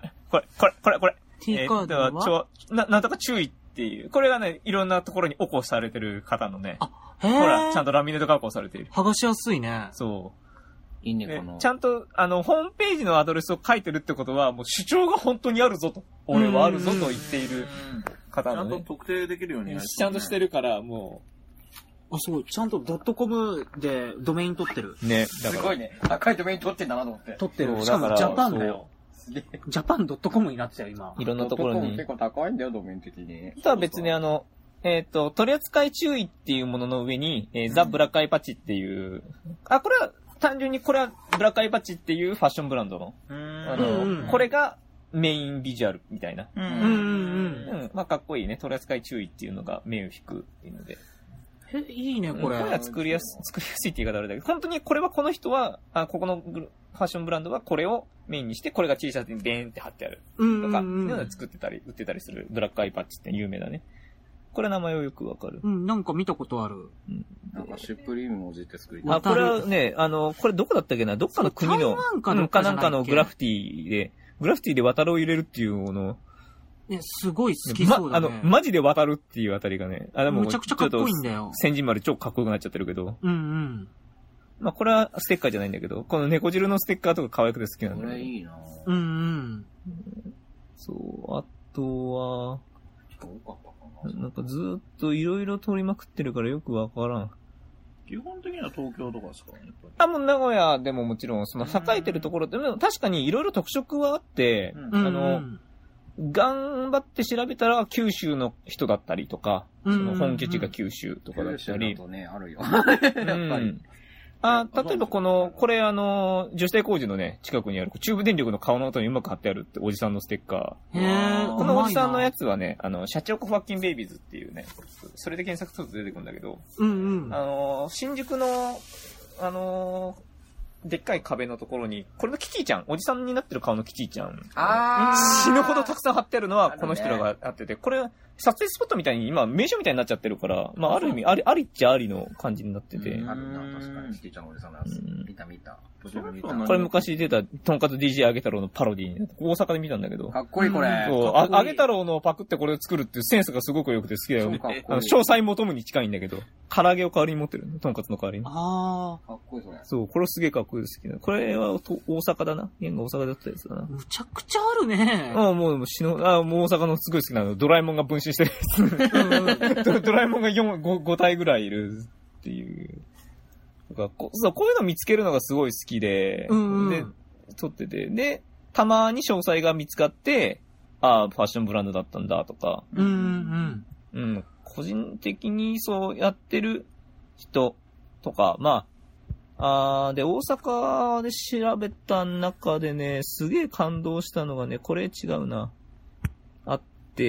T カードはなんとか注意っていう。これがね、いろんなところに起こされてる方のね。 へー。 ほら、ちゃんとラミネート加工されている。 剥がしやすいね。 そう。 いいね、この。 ちゃんと、ホームページのアドレスを書いてるってことは、もう主張が本当にあるぞと。俺はあるぞと言っている方のね。 ちゃんと特定できるように、 ちゃんとしてるから、もう。あ、すごい。ちゃんと .com でドメイン取ってる。 ね。 だからすごいね。高いドメイン取ってんだなと思って。 取ってる。しかもジャパンだよ。ジャパン .com になってたよ、今。 いろんなところに。 結構高いんだよ、ドメイン的に。 とは別に取扱い注意っていうものの上に、ザ・ブラックアイパッチっていう、これは、単純にこれはブラックアイパッチっていうファッションブランドの、これがメインビジュアルみたいな。まあかっこいいね。取扱い注意っていうのが目を引くので。 いいね、これ。 これは作りやすいって言い方あれだけど、本当にこれはこの人は、ここのファッションブランドはこれをメインにして、これが T シャツにベーンって貼ってある。とか、いうのを作ってたり、売ってたりするブラックアイパッチって有名だね。これ名前はよくわかる。 なんか見たことある。 なんかシュプリーム文字って作りたい。 これはね、これどこだったっけな、どっかの国の、なんかのグラフィティで渡るを入れるっていうのね、すごい好きそうだね。 マジで渡るっていうあたりがね、でもむちゃくちゃかっこいいんだよ。 先人丸超かっこよくなっちゃってるけど。まあこれはステッカーじゃないんだけど、この猫汁のステッカーとか可愛くて好きなんだよ。 これいいなそう、あとは、なんかずーっといろいろ通りまくってるからよくわからん。 基本的には東京とかですかね。 もう名古屋でももちろん、その栄えてるところって、確かにいろいろ特色はあって、頑張って調べたら九州の人だったりとか、その本拠地が九州とかだったり。 九州だとね、あるよ。やっぱり。 例えばこれ女性工事のね、近くにある、中部電力の顔の音にうまく貼ってあるっておじさんのステッカー。このおじさんのやつはね、シャチホコファッキンベイビーズっていうね、それで検索すると出てくるんだけど、新宿の、でっかい壁のところに、これのキティちゃん、おじさんになってる顔のキティちゃん。死ぬほどたくさん貼ってあるのは、この人らが貼ってて、これ、撮影スポットみたいに今、名所みたいになっちゃってるから、まあ、ある意味、ありっちゃありの感じになってて。 あるな、確かに。キティちゃんおじさんのやつ。見た。 これ昔出た、とんかつ DJ あげ太郎のパロディになって、大阪で見たんだけど。 かっこいいこれ。 あげ太郎のパクってこれを作るっていうセンスがすごく良くて好きだよね。詳細求むに近いんだけど、唐揚げを代わりに持ってるね。とんかつの代わりに。 かっこいいそれ。 そう、これすげえかっこいい好きな。これは大阪だな。家が大阪だったやつだな。 むちゃくちゃあるね。 もうもう大阪のすごい好きなの。ドラえもんが分身してるやつ。ドラえもんが5体ぐらいいるっていう。こういうの見つけるのがすごい好きで、で、撮ってて、で、たまに詳細が見つかって、ファッションブランドだったんだとか、個人的にそうやってる人とか、で、大阪で調べた中でね、すげえ感動したのがね、これ違うな。あって、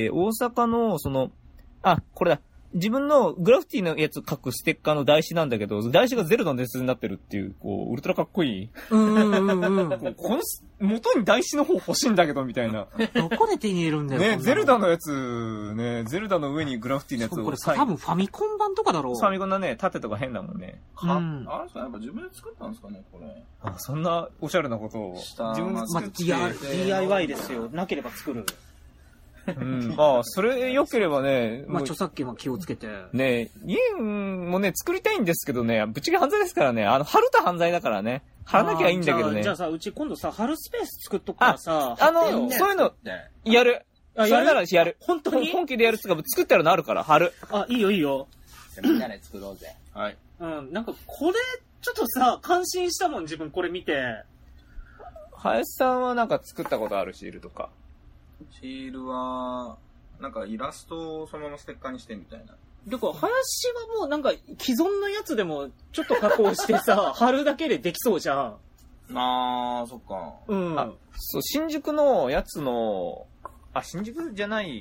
大阪の、これだ。自分のグラフィティのやつ書くステッカーの台紙なんだけど、台紙がゼルダの伝説になってるっていう、ウルトラかっこいい。この元に台紙の方欲しいんだけど、みたいな。 どこで手に入れるんだよ。 ね、ゼルダのやつ、ね、ゼルダの上にグラフィティのやつを。 これ多分ファミコン版とかだろう。 ファミコンのね、縦とか変だもんね。 あれですか、やっぱ自分で作ったんですかね、これ。 そんなおしゃれなことを。 自分で作って。 DIY ですよ。なければ作る。 それ良ければね。 著作権は気をつけて。 ね、家もね、作りたいんですけどね、ぶっちゃけ犯罪ですからね。貼ると犯罪だからね。貼らなきゃいいんだけどね。 じゃあさ、うち今度さ、貼るスペース作っとくからさ、 そういうの、やる。それならやる。 本当に本気でやるっつうか、作ったらなるから、貼る。 いいよいいよ。 みんなで作ろうぜ。 はい。 なんかこれ、ちょっとさ、感心したもん、自分これ見て。 林さんはなんか作ったことあるシールとか。 シールは、なんかイラストをそのままステッカーにしてみたいな。 で、林はもうなんか既存のやつでもちょっと加工してさ、貼るだけでできそうじゃん。 そっか。 そう、新宿のやつの、新宿じゃない、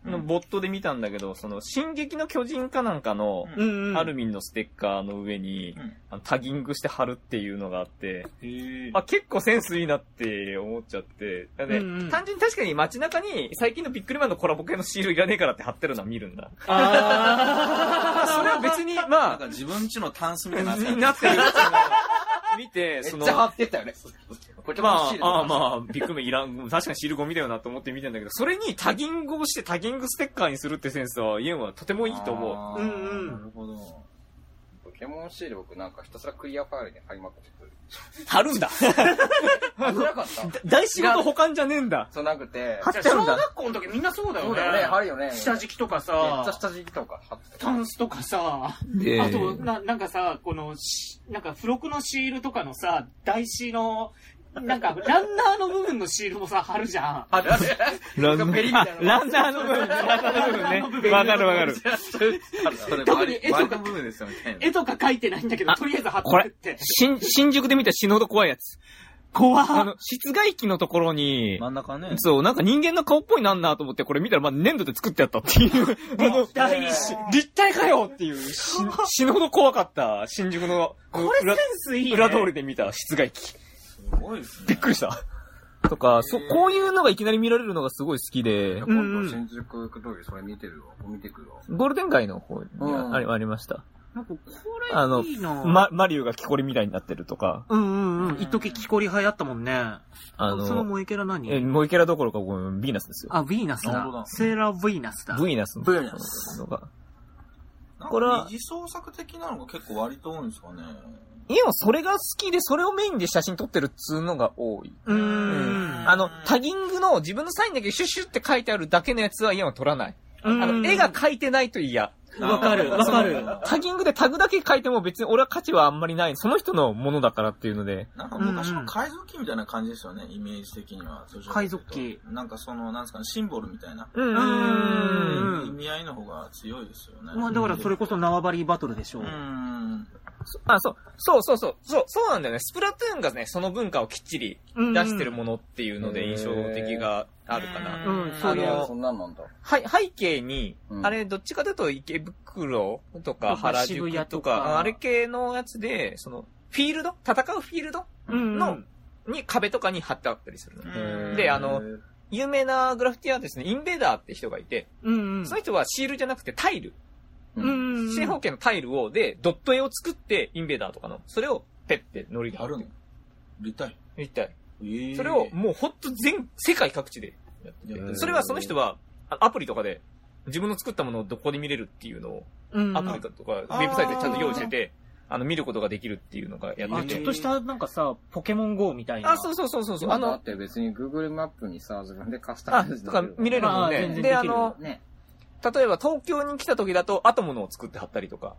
のボットで見たんだけど、その、進撃の巨人かなんかの、アルミンのステッカーの上に、タギングして貼るっていうのがあって、結構センスいいなって思っちゃって、単純に確かに街中に最近のビックリマンのコラボ系のシールいらねえからって貼ってるのは見るんだ。それは別に、まあ、 自分家のタンスみたいになってる。見て、 めっちゃ貼ってたよね。 まあ、ビッグメンいらん、確かにシールゴミだよなと思って見てんだけど、それにタギングをしてタギングステッカーにするってセンスは、イエンはとてもいいと思う。 なるほど。 ポケモンシール僕なんかひたすらクリアファイルに貼りまくってくる。 貼るんだ。 貼らなかった。 大仕事保管じゃねえんだ。 そうなくて。 貼っちゃうんだ。小学校の時みんなそうだよね。 そうだよね、貼るよね。 下敷きとかさ。 めっちゃ下敷きとか貼ってタンスとかさ。あと、なんかさ、この、なんか付録のシールとかのさ、台紙の、なんか、ランナーの部分のシールもさ、貼るじゃん。 ランナーの部分ね。わかる。 特に絵とか描いてないんだけど、とりあえず貼ってって。 新宿で見た死ぬほど怖いやつ。 怖っ。 室外機のところに、 真ん中ね。 そう、なんか人間の顔っぽいなんなと思って、これ見たらまあ粘土で作ってやったっていう。立体かよっていう、死ぬほど怖かった、新宿の、 これセンスいいね。 裏通りで見た室外機。 すごいですね。 びっくりした。とか、こういうのがいきなり見られるのがすごい好きで。 今度新宿行くときそれ見てくるわ。 ゴールデン街の方にありました。 なんか、これいいなマリュウが木こりみたいになってるとか。 一時木こり流行ったもんね。その萌えキャラ何？ 萌えキャラどころか、ヴィーナスですよ。 あ、ヴィーナスだ。セーラーヴィーナスだ。 ヴィーナスのが。 これは、二次創作的なのが結構割と多いんですかね。 今それが好きで、それをメインで写真撮ってるっつうのが多い。タギングの自分のサインだけシュッシュって書いてあるだけのやつは今は撮らない。絵が描いてないと嫌。 わかる。 タギングでタグだけ書いても別に俺は価値はあんまりない。その人のものだからっていうので。 なんか昔の海賊機みたいな感じですよね、イメージ的には。 海賊機。 なんかなんですかね、シンボルみたいな。意味合いの方が強いですよね。 まあだからそれこそ縄張りバトルでしょう。 そうなんだよね。スプラトゥーンがね、その文化をきっちり出してるものっていうので印象的があるかな。 そんなんなんだ。 背景に、あれ、どっちかというと池袋とか原宿とか、あれ系のやつで、その、フィールド戦うフィールドに壁とかに貼ってあったりするの。で、有名なグラフィティアーティストのインベーダーって人がいて、その人はシールじゃなくてタイル。正方形のタイルで、ドット絵を作って、インベーダーとかの、それをペッてノリで貼る。 立体。 それをもうほんと世界各地でやってて。それはその人は、アプリとかで、自分の作ったものをどこで見れるっていうのを、アプリとか、ウェブサイトでちゃんと用意してて、見ることができるっていうのがやってて。 ちょっとしたなんかさ、ポケモン GO みたいな。 そう。 だって別に Google マップにさ、自分でカスタマイズとか見れるもんね。で、例えば東京に来た時だと、アトムのを作って貼ったりとか。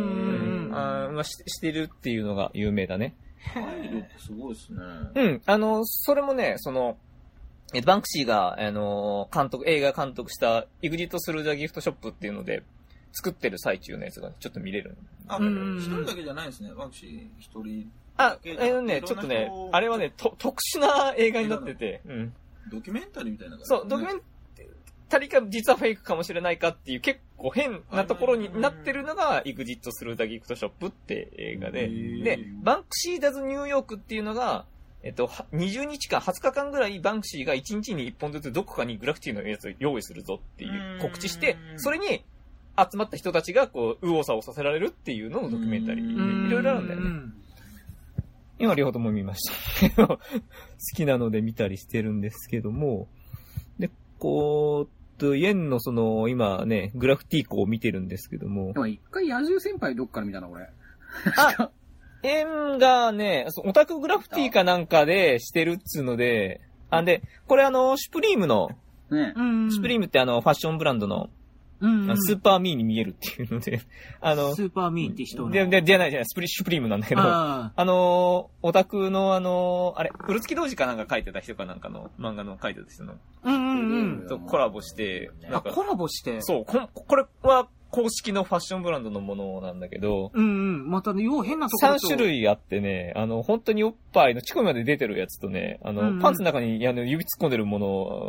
してるっていうのが有名だね。 すごいですね。 それもね、バンクシーが、映画監督した、エグジットスルーザギフトショップっていうので、作ってる最中のやつがちょっと見れる。 一人だけじゃないですね、バンクシー一人。 ちょっとね、あれはね、特殊な映画になってて、 ドキュメンタリーみたいな感じ。 そう、ドキュメンタリーか実はフェイクかもしれないかっていう結構変なところになってるのが、エグジットスルーザギフトショップって映画で、で、バンクシーダズニューヨークっていうのが、20日間、20日間ぐらいバンクシーが1日に1本ずつどこかにグラフィティのやつを用意するぞっていう告知して、それに集まった人たちがこう、右往左往させられるっていうののドキュメンタリー。いろいろあるんだよね。今両方とも見ましたけど、好きなので見たりしてるんですけども、で、イエンの今ね、グラフィティ校を見てるんですけども。 でも一回野獣先輩どっから見たの俺。 エンがね、オタクグラフィティかなんかでしてるっつうので、これシュプリームの、シュプリームってファッションブランドの、スーパーミーに見えるっていうので、 スーパーミーって人の。 じゃない、シュプリームなんだけど、オタクのウルツキ同時かなんか書いてた人かなんかの漫画の書いてた人の、とコラボして、 コラボして。 そう、これは公式のファッションブランドのものなんだけど、 またね、変なところ 3種類あってね、本当におっぱいの乳首まで出てるやつとね、パンツの中に指突っ込んでるもの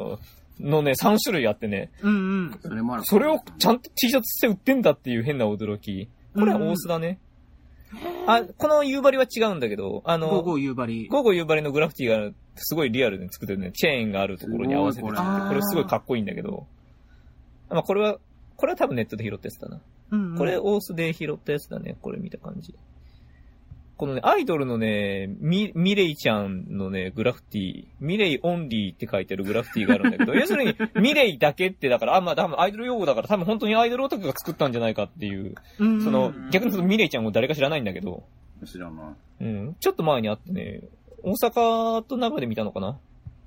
のね、3種類あってね。それをちゃんと T シャツして売ってんだっていう変な驚き。これは大須だね。この夕張は違うんだけど、 午後夕張のグラフィティがすごいリアルで作ってるね、チェーンがあるところに合わせて作って、これすごいかっこいいんだけど、まあこれは多分ネットで拾ったやつだな。これ大須で拾ったやつだね、これ見た感じ。このね、アイドルのね、ミレイちゃんのね、グラフィティ、ミレイオンリーって書いてるグラフィティがあるんだけど、要するに、ミレイだけってだから、まあ多分アイドル用語だから、多分本当にアイドルオタクが作ったんじゃないかっていう、逆にそのミレイちゃんを誰か知らないんだけど、 知らない。 ちょっと前にあってね、大阪と長で見たのかな。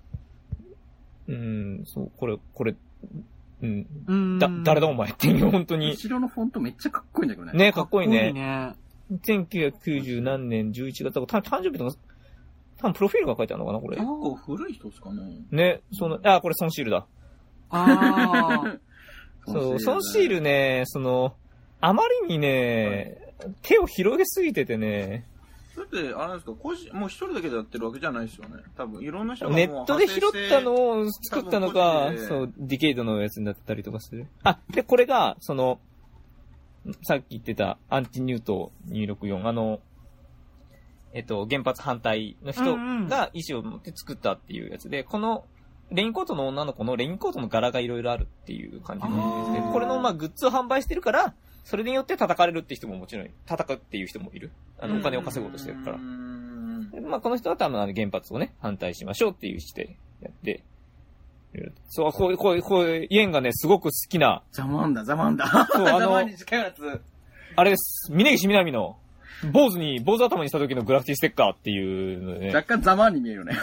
そう、これ、誰だお前っていう、本当に。 後ろのフォントめっちゃかっこいいんだけどね。 ね、かっこいいね。1990何年11月とか、誕生日とか、多分プロフィールが書いてあるのかな、これ。 結構古い人ですかね。 ね、これソンシールだ。そう、ソンシールね、あまりにね、手を広げすぎててね。 だって、あれですか、もう一人だけでやってるわけじゃないですよね。多分、いろんな人がもうネットで拾ったのを作ったのか、そう、ディケイドのやつになってたりとかする。で、これが、さっき言ってたアンチニュート264、原発反対の人が意思を持って作ったっていうやつで、このレインコートの女の子のレインコートの柄がいろいろあるっていう感じなんですね。これのグッズを販売してるから、それによって叩かれるって人ももちろん、叩くっていう人もいる。お金を稼ごうとしてるから。この人は多分原発をね、反対しましょうっていうしてやって、そう、こういう、イエンがね、すごく好きな。 ザマンダ。そう、 ザマンに近いやつ。 あれです。峯岸みなみの、坊主頭にした時のグラフィティステッカーっていうのでね。 若干ザマンに見えるね。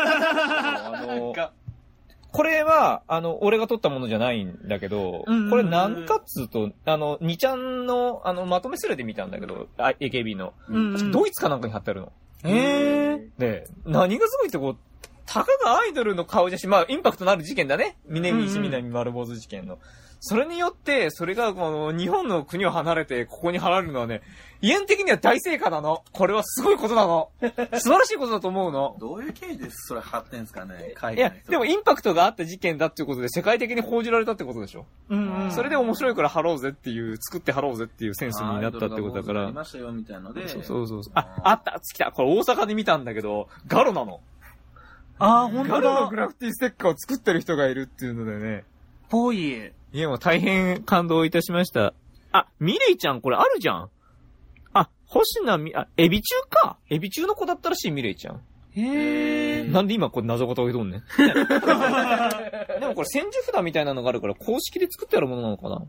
これは、俺が撮ったものじゃないんだけど、これ何かっつうと、2ちゃんの、まとめスレで見たんだけど、AKB の。ドイツかなんかに貼ってあるの。で、何がすごいってたかがアイドルの顔写真、インパクトのある事件だね。峯岸みなみ丸坊主事件の。それによって、それが日本の国を離れてここに貼られるのはね、イエン的には大成果なの。これはすごいことなの。素晴らしいことだと思うの。 どういう経緯でそれ貼ってんすかね、 いや、でもインパクトがあった事件だっていうことで世界的に報じられたってことでしょ。それで面白いから貼ろうぜっていう、作って貼ろうぜっていうセンスになったってことだから。 ありましたよみたいので。 そう。あった、来た。これ大阪で見たんだけど、ガロなの。 本当だ。 ガロのグラフィティステッカーを作ってる人がいるっていうのでね。 ぽい。 いや、もう大変感動いたしました。ミレイちゃんこれあるじゃん。星名エビ中か。エビ中の子だったらしい、ミレイちゃん。なんで今これ謎事置いとんねん。でもこれ千住札みたいなのがあるから公式で作ってあるものなのかな。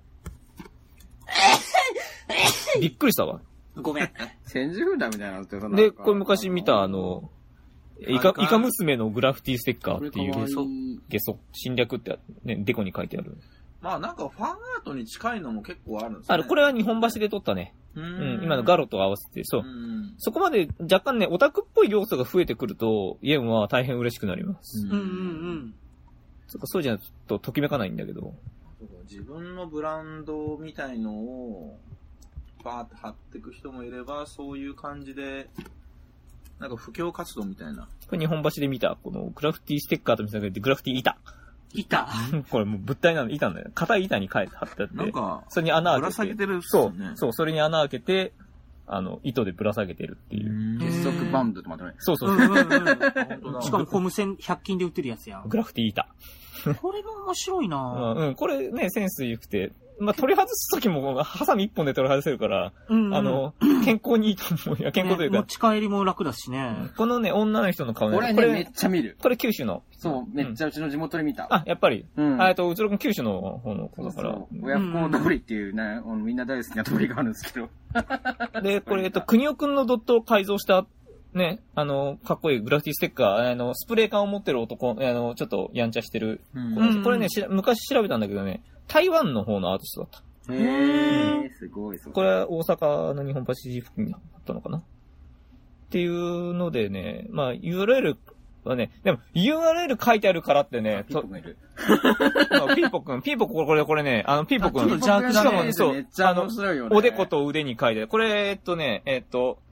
びっくりしたわ。 ごめん。 千住札みたいなのってそんな。 で、これ昔見たイカ娘のグラフィティステッカーっていうゲソ、侵略ってね、デコに書いてある。 なんかファンアートに近いのも結構あるんですね。 これは日本橋で撮ったね。今のガロと合わせて、そう。そこまで若干ね、オタクっぽい要素が増えてくると、イエンは大変嬉しくなります。そうじゃないとときめかないんだけど。 自分のブランドみたいのを、バーって貼っていく人もいれば、そういう感じで、なんか布教活動みたいな。 これ日本橋で見た、このグラフィティステッカーと見せかけてグラフィティ板。これもう物体なの、板のよ。硬い板に貼ってあって。 なんか、 それに穴開けて。 ぶら下げてるっすよね。 そう、それに穴開けて、糸でぶら下げてるっていう。 結束バンドとまとめ。 そう。 しかもホームセン100均で売ってるやつや。 グラフィティ板。 これも面白いなこれね、センス良くて。取り外すときも、ハサミ一本で取り外せるから、健康にいいと思う。健康というか。 持ち帰りも楽だしね。 このね、女の人の顔ね。 これね、めっちゃ見る。 これ九州の。 そう、めっちゃうちの地元で見た。 やっぱり。うちの九州の方の子だから。 親不孝通りっていうね、みんな大好きな通りがあるんですけど。 で、これ、国尾くんのドットを改造した、ね、かっこいいグラフィティステッカー、スプレー缶を持ってる男、ちょっとやんちゃしてる。これね、昔調べたんだけどね、台湾の方のアーティストだった。 すごい。 これは大阪の日本橋付近にあったのかなっていうのでね、URL はね、でも URL 書いてあるからってね、 ピーポくんいる。 ピーポくん、これね、ピーポくん。 しかもね、そう、 めっちゃ面白いよね。 おでこと腕に書いてある。これ、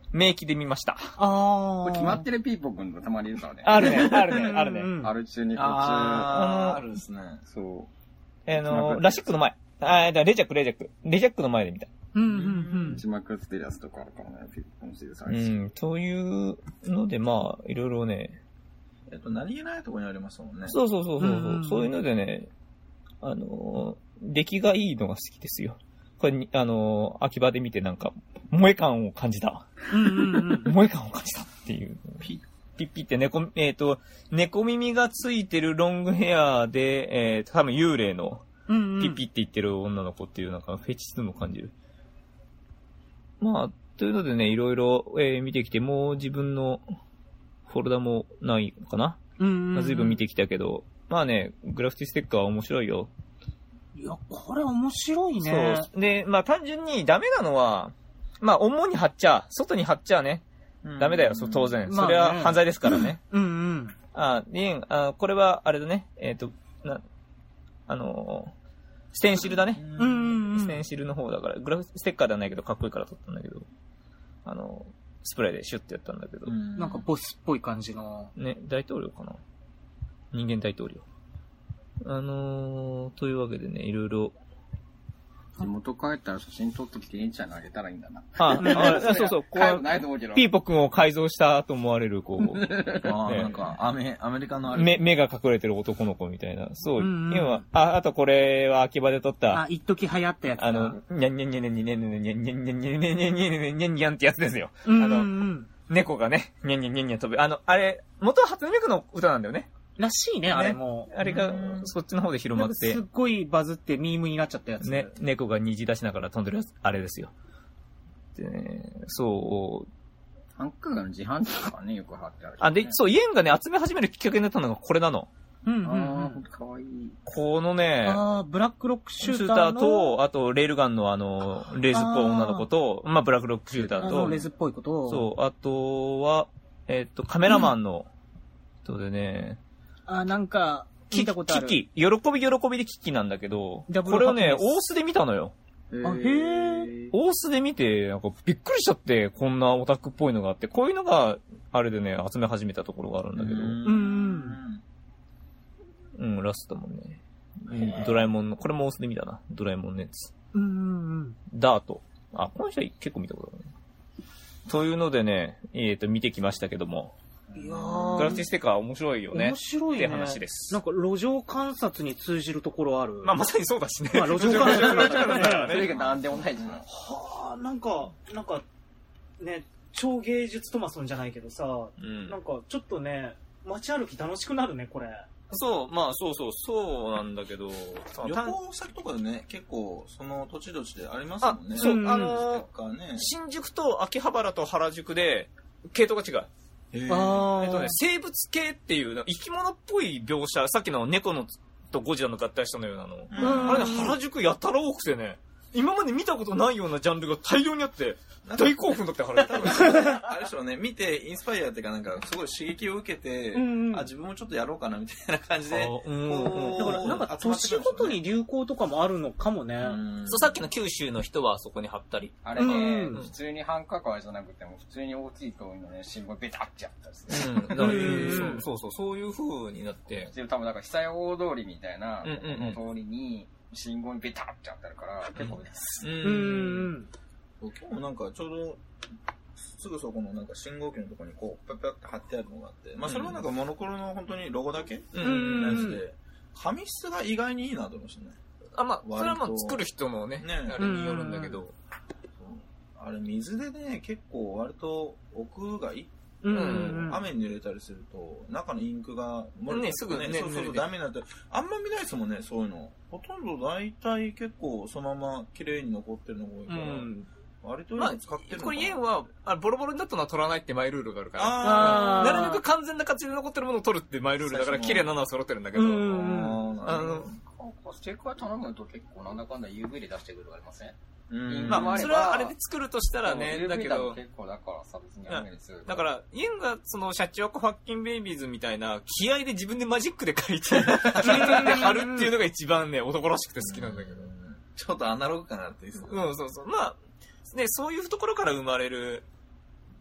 名機で見ました。 これ決まってるピーポくんとたまにいるからね。 あるね。あるね。 ある中に途中。 あるですね。 そう。 ラシックの前。レジャックの前で見た。 打ちまくってるやつとかあるからね、ピーポくんのシリーズあるし。 というので、まあ、いろいろね。 何気ないところにありますもんね。 そう。そういうのでね、出来がいいのが好きですよ。これ、秋葉で見てなんか、萌え感を感じた。萌え感を感じたっていう。ピッピって猫耳がついてるロングヘアで、多分幽霊の、ピッピって言ってる女の子っていうなんかフェチズムを感じる。まあ、というのでね、いろいろ、見てきて、もう自分のフォルダもないのかな。随分見てきたけど、まあね、グラフィティステッカーは面白いよ。 いや、これ面白いね。 そう。で、まあ単純にダメなのは、まあ主に貼っちゃ、外に貼っちゃね。ダメだよ、当然。それは犯罪ですからね。これは、あれだね。ステンシルだね。ステンシルの方だから、グラフステッカーではないけど、かっこいいから撮ったんだけど、スプレーでシュッてやったんだけど。 なんかボスっぽい感じの。 ね、大統領かな。人間大統領。というわけでね、いろいろ。 地元帰ったら写真撮ってきて、インちゃんにあげたらいいんだな。 そう。 ないと思うけど。 ピーポくんを改造したと思われる、 なんか、アメリカのあれ。 目が隠れてる男の子みたいな。そう。今、あとこれは秋葉で撮った。 一時流行ったやつ。 にゃんにゃんにゃんにゃんにゃんにゃんにゃんにゃんにゃんにゃんにゃんにゃんってやつですよ。猫がね、にゃんにゃんにゃんにゃん飛ぶ。あれ、元は初音ミクの歌なんだよね。 らしいね、あれも。 あれが、そっちの方で広まって。 すっごいバズってミームになっちゃったやつ。 ね、猫が虹出しながら飛んでるやつ、あれですよ。でね、そう。 ハンクがの自販機とかね、よく貼ってある。 で、そう、イエンがね、集め始めるきっかけになったのがこれなの。 かわいい。 このね、 ブラックロックシューターと、あと、レールガンのレーズっぽい女の子と、まあ、ブラックロックシューターと、 レーズっぽい子と、 そう、あとは、カメラマンの、人でね、なんか、聞いたことある。喜びでキキなんだけど、これをね、大須で見たのよ。 へぇ大須で見て、なんかびっくりしちゃって、こんなオタクっぽいのがあって、こういうのが、あれでね、集め始めたところがあるんだけど。ラストもね。ドラえもんの、これも大須で見たな。ドラえもんのやつ。ダート。この人は結構見たことあるね。というのでね、見てきましたけども。グラフィティステッカー面白いよね。 面白いね。 って話です。 なんか路上観察に通じるところある。 まさにそうだしね。 路上観察だからね。それがなんでもないじゃん。 なんか、ね、超芸術トマソンじゃないけどさ、なんかちょっとね、街歩き楽しくなるね、これ。 そう、そうなんだけど、 旅行先とかでね、結構、その土地土地でありますもんね。 そう、新宿と秋葉原と原宿で、系統が違う。生物系っていう生き物っぽい描写、さっきの猫のとゴジラの合体したのようなの。あれね、原宿やたら多くてね、今まで見たことないようなジャンルが大量にあって、大興奮だって原宿。 あれでしょうね、見てインスパイアっていうかなんかすごい刺激を受けて、自分もちょっとやろうかなみたいな感じで。だからなんか年ごとに流行とかもあるのかもね。 そう、さっきの九州の人はそこに貼ったり。 あれね、普通に繁華街じゃなくても普通に大きい通りのね、信号ベタってやったりする。そういう風になって。 多分なんか久屋大通りみたいな通りに信号にベタってやってあるから結構です。 今日もなんかちょうどすぐそこのなんか信号機のところにこうペペって貼ってあるのがあって、それはなんかモノクロの本当にロゴだけのやつで、紙質が意外にいいなと思いましたね。 それは作る人のね、あれによるんだけど、 あれ水でね結構割と奥がいい。雨に濡れたりすると中のインクがすぐねそうダメになってあんま見ないですもんね、そういうの。ほとんど大体結構そのまま綺麗に残ってるのが多いから、割と使ってるのかな。 これ家はボロボロになったのは取らないってマイルールがあるから、なるべく完全な形で残ってるものを取るってマイルールだから綺麗なのは揃ってるんだけど、 ステッカー頼むと結構なんだかんだ UV で出してくるのありません？ それはあれで作るとしたらね、だけど結構だからさ、別に雨にする。 だからイエンがそのシャチワコファッキンベイビーズみたいな気合で自分でマジックで描いて切り込んで貼るっていうのが一番ね男らしくて好きなんだけど、 ちょっとアナログかなっていう。 そう。そういうところから生まれる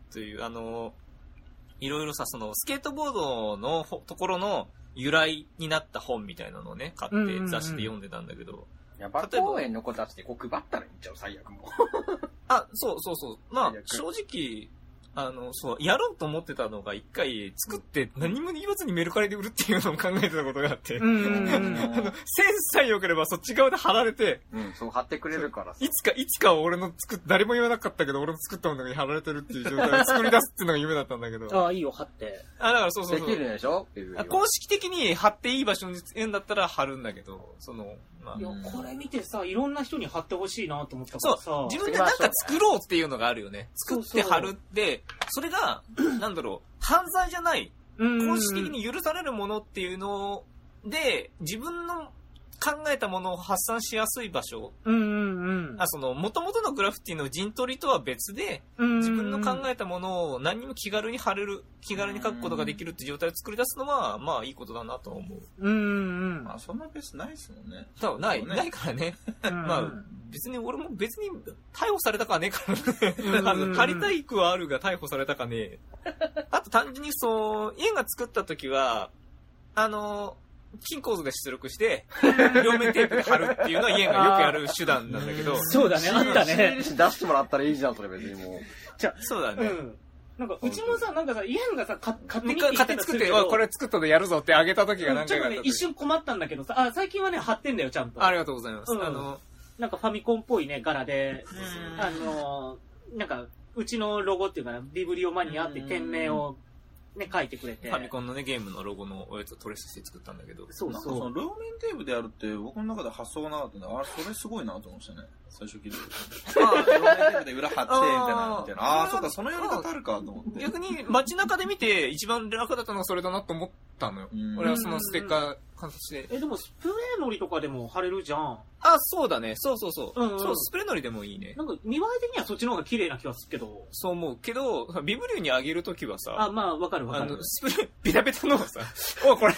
という、いろいろさ、その、スケートボードのところの由来になった本みたいなのをね、買って雑誌で読んでたんだけど。 ヤバ公園の子たちでこう配ったらいいんちゃう、最悪も。 そう。まあ、正直、そう、やろうと思ってたのが一回作って何も言わずにメルカリで売るっていうのを考えてたことがあって、センスさえ良ければそっち側で貼られて、 そう貼ってくれるからさ。 いつか俺の誰も言わなかったけど俺の作ったものに貼られてるっていう状態を作り出すっていうのが夢だったんだけど。 ああ、いいよ、貼って。 だからそう。 できるでしょ公式的に貼っていい場所に言うんだったら貼るんだけど、 いや、これ見てさ、いろんな人に貼ってほしいなと思ったからさ。 そう、自分でなんか作ろうっていうのがあるよね。作って貼るって、それが、なんだろう、犯罪じゃない、公式的に許されるものっていうので、自分の考えたものを発散しやすい場所。元々のグラフィティの陣取りとは別で、自分の考えたものを何にも気軽に貼れる、気軽に書くことができるって状態を作り出すのは、まあいいことだなと思う。 まあそんなベースないですもんね。 多分ないからね。まあ別に俺も別に逮捕されたかねえからね。貼りたい句はあるが逮捕されたかねえ。あと単純に家が作った時は、金構図で出力して、両面テープで貼るっていうのは家がよくやる手段なんだけど。 そうだね、あったね。 出してもらったらいいじゃん、それ別にもう。 そうだね。 なんか、うちもさ、家がさ、勝手に作って、これ作ったのやるぞってあげた時が何回かあった。 ちょっとね、一瞬困ったんだけどさ、最近はね、貼ってんだよ、ちゃんと。 ありがとうございます。 なんかファミコンっぽいね、柄で、なんか、うちのロゴっていうかな、ビブリオマニアって店名を、ね、書いてくれて。 ファミコンのね、ゲームのロゴのおやつをトレースして作ったんだけど。 そう。その両面テープでやるって、僕の中で発想がなかったんで、それすごいなと思いましたね。最初聞いて。両面テープで裏貼って、みたいな。そうか、そのやり方あるかと思って。 逆に街中で見て一番楽だったのはそれだなと思ったのよ。俺はそのステッカー観察して。 でもスプレーのりとかでも貼れるじゃん。 そうだね。そう。そう、スプレーのりでもいいね。 なんか見栄え的にはそっちの方が綺麗な気がするけど。 そう思うけど、ビブリューにあげるときはさ。 まあ、わかる。 スプレー、ビタビタのがさ、これ、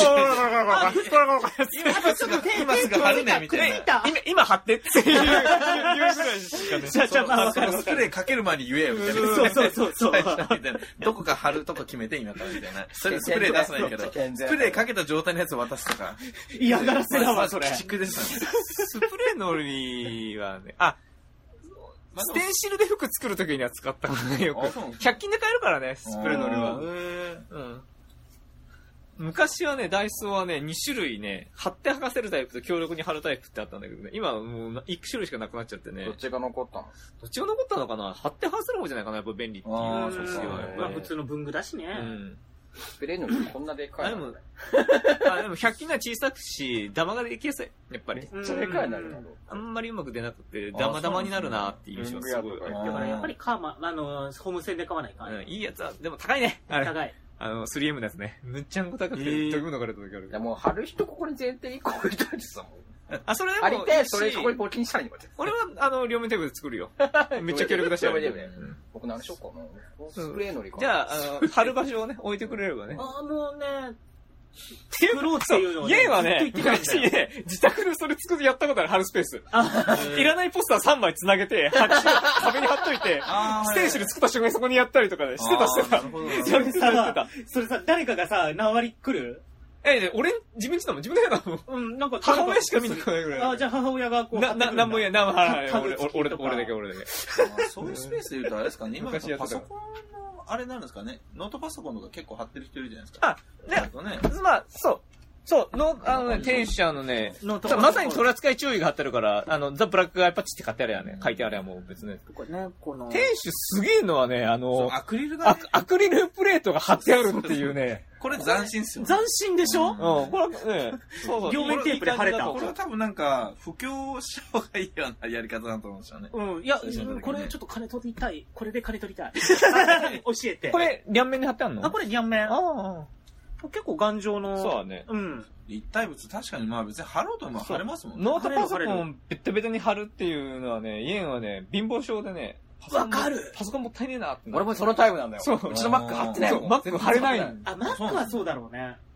今すぐ貼るね、みたいな。 今貼ってっていうぐらいしかね。 スプレーかける前に言えよ、みたいな。 そう。 どこか貼るとこ決めて、今から、みたいな。それスプレー出さないけど、スプレーかけた状態のやつを渡すとか。 嫌がらせだわ、それ。 鬼畜ですね。 スプレーのりはね、ステンシルで服作るときには使ったことないよく。100均で買えるからね、スプレーのりは。昔はね、ダイソーはね、2種類ね、貼って剥がせるタイプと強力に貼るタイプってあったんだけどね、今はもう1種類しかなくなっちゃってね。 どっちが残ったの？ どっちが残ったのかな？貼って剥がせる方じゃないかな、やっぱ便利っていう。 まあ普通の文具だしね。 スプレーのりこんなでかいの？ でも100均が小さくし、ダマができやすい。やっぱり。 めっちゃでかいなるの。 あんまりうまく出なくて、ダマダマになるなっていう印象がすごい。 だからやっぱりホームセンで買わないか。 いいやつは、でも高いね。 高い。 3M のやつね。むっちゃんこ高くて、飛び物がれた時ある。 いやもう貼る人ここに前提にこういといてさ、 それでも。 貼りて、それそこに募金したらいいのかって。 俺は、両面テープで作るよ。めっちゃ強力だし。 僕何しようかな。スプレーのりか。 じゃあ、貼る場所をね、置いてくれればね。 もうね、作ろうっていうのをね。家はね、昔ね、自宅でそれ作ってやったことある、貼るスペース。いらないポスター3枚繋げて、壁に貼っといて、ステンシル作った瞬間にそこにやったりとかね、してた。 それさ、誰かがさ、何割来る？ 俺、自分ちだもん、自分でやだもん。 なんか、 母親しか見に来ないぐらい。 じゃあ母親がこう、 なんも言えない、俺だけ。 そういうスペースで言うとあれですかね、今パソコンの、あれなんですかね、ノートパソコンとか結構貼ってる人いるじゃないですか。 まあ、そう、店主のね、まさに取り扱い注意が貼ってあるから、ザ・ブラックアイパッチって買ってあれやね、書いてあれやもう別ね。店主すげえのはね、 アクリルが、 アクリルプレートが貼ってあるっていうね。 これ斬新っすよ。 斬新でしょ？ これね、 両面テープで貼れた。 これは多分なんか、布教した方がいいようなやり方だと思うんですよね。 いや、これちょっと金取りたい。これで金取りたい。教えて。 これ、両面で貼ってあるの？ これ両面。結構頑丈の。 そうだね。 立体物、確かにまあ別に貼ろうとも貼れますもんね。 ノートパソコンベッタベタに貼るっていうのはね、家はね、貧乏症でね、 わかる。 パソコンもったいねえなって。 俺もそのタイプなんだよ。 そう。 うちの Mac 貼ってないもん。 Mac 貼れない。 Mac はそうだろうね。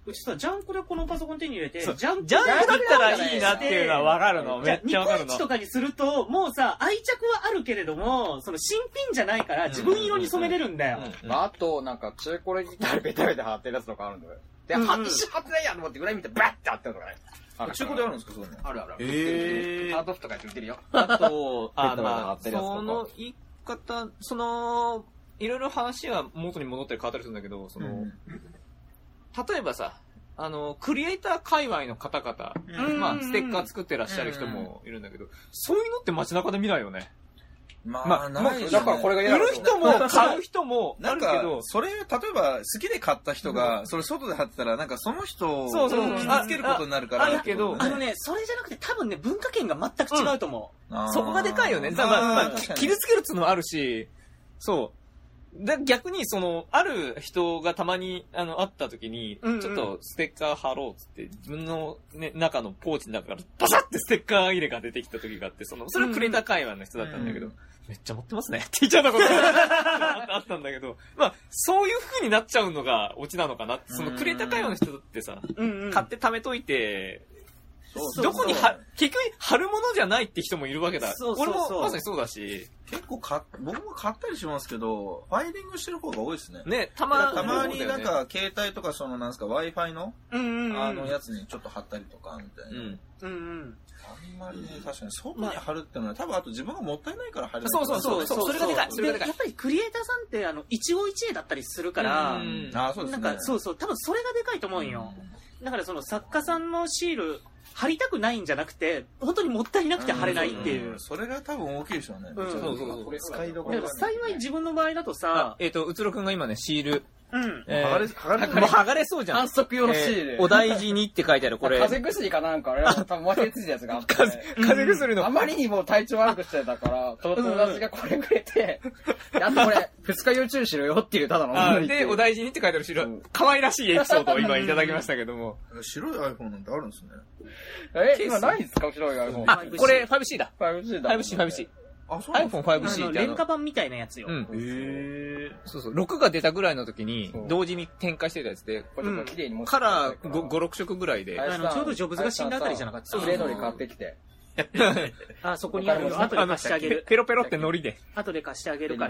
うちさ、ジャンクでこのパソコン手に入れて、ジャンクだったらいいなっていうのはわかるの。めっちゃわかるの。 ニコイチとかにすると、もうさ、愛着はあるけれども、その新品じゃないから自分色に染めれるんだよ。 あと、なんか、中古レギターベタベタ貼ってるやつとかあるんだよ。で、一瞬貼ってないやんと思って裏見てバッて貼ってるとかね。 中古であるんですか、そういうの。 ある。ハードオフとかやって売ってるよ。 あと、 まあ、 その言い方、いろいろ話は元に戻ったり変わったりするんだけど、例えばさ、クリエイター界隈の方々、まあ、ステッカー作ってらっしゃる人もいるんだけど、そういうのって街中で見ないよね。 まあ、ないよね。 だからこれが売る人も買う人もあるけど、 それ、例えば好きで買った人が、それ外で貼ってたら、なんかその人を傷つけることになるから。 あるけど、 それじゃなくて多分ね、文化圏が全く違うと思う。そこがでかいよね。まあ、傷つけるっていうのもあるし、そう。逆に、ある人がたまに、会った時に、ちょっとステッカー貼ろうっつって、自分のね、中のポーチの中から、バサッてステッカー入れが出てきた時があって、それはクレーター会話の人だったんだけど、めっちゃ持ってますねって言っちゃったことがあったんだけど、まあ、そういう風になっちゃうのがオチなのかな。クレーター会話の人ってさ、買って貯めといて、どこに結局貼るものじゃないって人もいるわけだ。俺もまさにそうだし。 結構僕も買ったりしますけど、ファイリングしてる方が多いですね。 ね、たまになんか、携帯とかなんですか、Wi-Fi の、やつにちょっと貼ったりとか、みたいな。あんまりね、確かに、外に貼るってのは、多分あと自分がもったいないから貼る。 そう。それがでかい。 やっぱりクリエイターさんって、一期一会だったりするから、 そうですね。 なんか、多分それがでかいと思うよ。だから作家さんのシール、貼りたくないんじゃなくて、本当にもったいなくて貼れないっていう。 それが多分大きいでしょうね。 そう。使いどころ。幸い自分の場合だとさ、 うつろくんが今ね、シール。 もう剥がれそうじゃん。 反則用のシール。 お大事にって書いてある、これ。 風邪薬かなんか、あれは多分忘れついたやつがあって。 風邪薬の。 あまりにも体調悪くしてたから、友達がこれくれて、あとこれ、二日用注しろよっていうただの。 で、お大事にって書いてあるシール。可愛らしいエピソードを今いただきましたけども。 白い iPhone なんてあるんですね。 今何に使う白い iPhone？ あ、これ 5C だ。 5C。 あ、そうなんですか？ iPhone5C って廉価版みたいなやつよ。 そう。6が出たぐらいの時に、同時に展開してたやつで、カラー5、6色ぐらいで。 ちょうどジョブズが死んだあたりじゃなかった。 スレードに買ってきて。 そこにあるの。後で貸してあげる。 ペロペロってノリで。 後で貸してあげるから。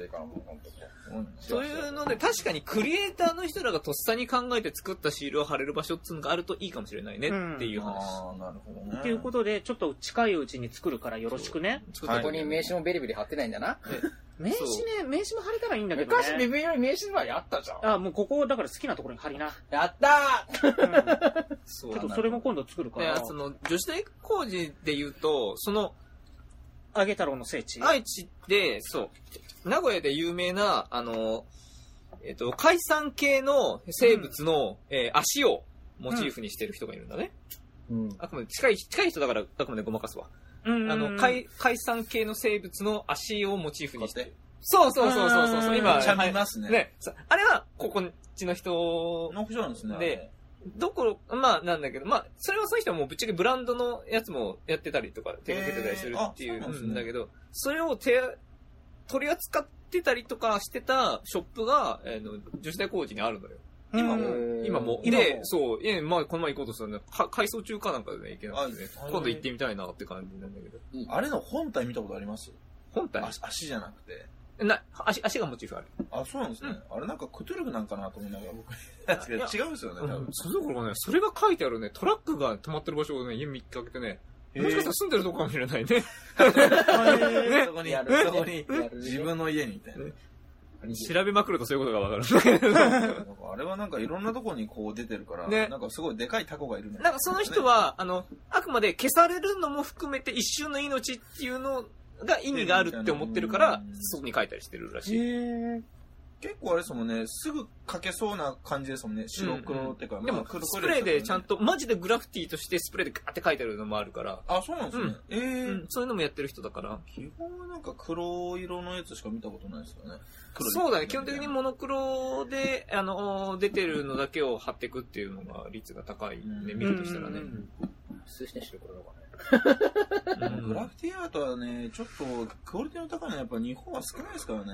そういうので、確かにクリエイターの人らがとっさに考えて作ったシールを貼れる場所っていうのがあるといいかもしれないねっていう話。 なるほどね。 っていうことで、ちょっと近いうちに作るからよろしくね。 そこに名刺もベリベリ貼ってないんだな。 名刺も貼れたらいいんだけどね。 昔ビビより名刺はやったじゃん。 もうここだから好きなところに貼りな。 やったーちょっとそれも今度作るから。 女子大工事で言うと、 あげ太郎の聖地。 愛知で、名古屋で有名な、海産系の生物の、足をモチーフにしてる人がいるんだね。あくまで近い人だから、あくまでごまかすわ。海産系の生物の足をモチーフにして。そう。今、 ちゃ見ますね。 あれは、こっちの人の人なんですね。 で、なんだけど、それはそういう人はもうぶっちゃけブランドのやつもやってたりとか、手掛けてたりするっていうんだけど、それを取り扱ってたりとかしてたショップが、女子大工事にあるのよ。今も。で、この前行こうとするんだ改装中かなんかでね、行けなくてね。今度行ってみたいなって感じなんだけど。 あれの本体見たことあります？ 本体？ 足じゃなくて。 足がモチーフある。 あ、そうなんですね。あれなんかクトゥルフなんかなと思いながら僕。違うんですよね、多分。 それどころかね、それが書いてあるね、トラックが止まってる場所をね、家見かけてね、もしかしたら住んでるとこかもしれないね。 そこに、自分の家にみたいな。 調べまくるとそういうことがわかる。 あれはなんかいろんなとこにこう出てるから、なんかすごいでかいタコがいるね。 なんかその人は、あくまで消されるのも含めて一瞬の命っていうのが意味があるって思ってるから、外に書いたりしてるらしい。 結構あれですもんね、すぐ書けそうな感じですもんね、白黒っていうか。 でも、スプレーでちゃんと、マジでグラフィティとしてスプレーでガーって書いてあるのもあるから。 あ、そうなんですね。 そういうのもやってる人だから。 基本はなんか黒色のやつしか見たことないですよね。 そうだね、基本的にモノクロで、出てるのだけを貼っていくっていうのが率が高いね、見るとしたらね。 数字にしてくれるのかね。 グラフィティアートはね、ちょっとクオリティの高いのはやっぱ日本は少ないですからね。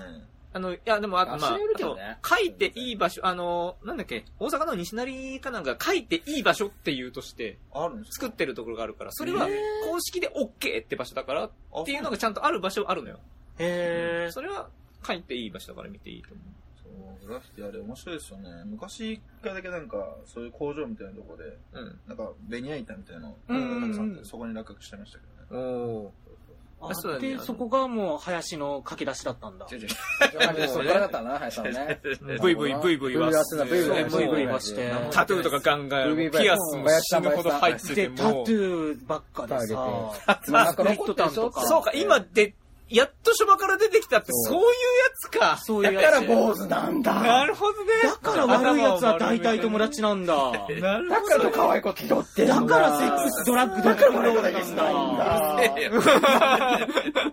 いや、でも、まあ、 ね、 書いていい場所、なんだっけ、大阪の西成かなんか書いていい場所っていうとして、作ってるところがあるから、それは公式で OK って場所だからっていうのがちゃんとある場所あるのよ。それは書いていい場所だから見ていいと思う。 そう、グラフィティあれ面白いですよね。昔一回だけなんか、そういう工場みたいなところで、なんか、ベニヤ板みたいなのがたくさんあって、そこに落書きしてましたけどね。 で、そこがもう、林の書き出しだったんだ。 そこだったな、林さんね。 ブイブイは、ブイブイはして、 タトゥーとかガンガン、ピアスも死ぬほど入ってて、もう。 タトゥーばっかでさ、 スプリットタンとか。 そうか、今で、やっと書場から出てきたって、そういうやつか。 そういうやつ。 だから坊主なんだ。 なるほどね。 だから悪いやつは大体友達なんだ。 なるほど。 だから可愛い子気取ってんだ。 だからセックス、ドラッグだから悪い子だけしたいんだ。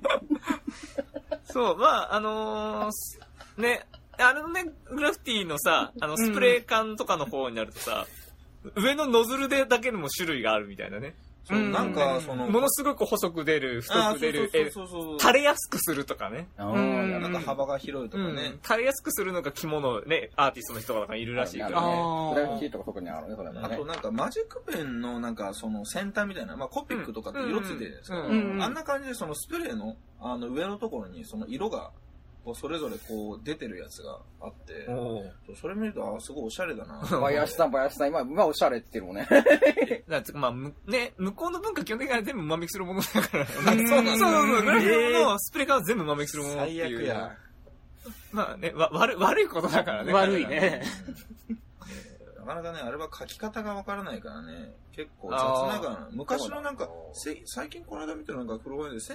そう、まあ、ね、グラフィティのさ、スプレー缶とかの方になるとさ、上のノズルでだけでも種類があるみたいなね。 なんか、 ものすごく細く出る、太く出る、垂れやすくするとかね。 なんか幅が広いとかね。 垂れやすくするのが着物ね、アーティストの人がいるらしいからね。 グラフィティとか特にあるね、それもね。 あとなんかマジックペンのなんかその先端みたいな、まあコピックとかって色ついてるじゃないですか。あんな感じでそのスプレーの上のところにその色が、それぞれこう出てるやつがあって、それ見ると、すごいおしゃれだな。 林さん、今おしゃれって言ってるもんね。 まあ、ね、向こうの文化基本的に全部万引きするものだから。そう、グラフィティのスプレー缶は全部万引きするものっていう。 最悪や。 まあね、悪いことだからね。 悪いね。 なかなかね、あれは書き方がわからないからね、結構雑ながら、昔のなんか、最近この間見たなんか黒本で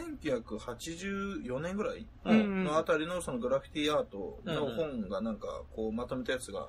1984年ぐらいのあたりのそのグラフィティアートの本がなんかこうまとめたやつがあって、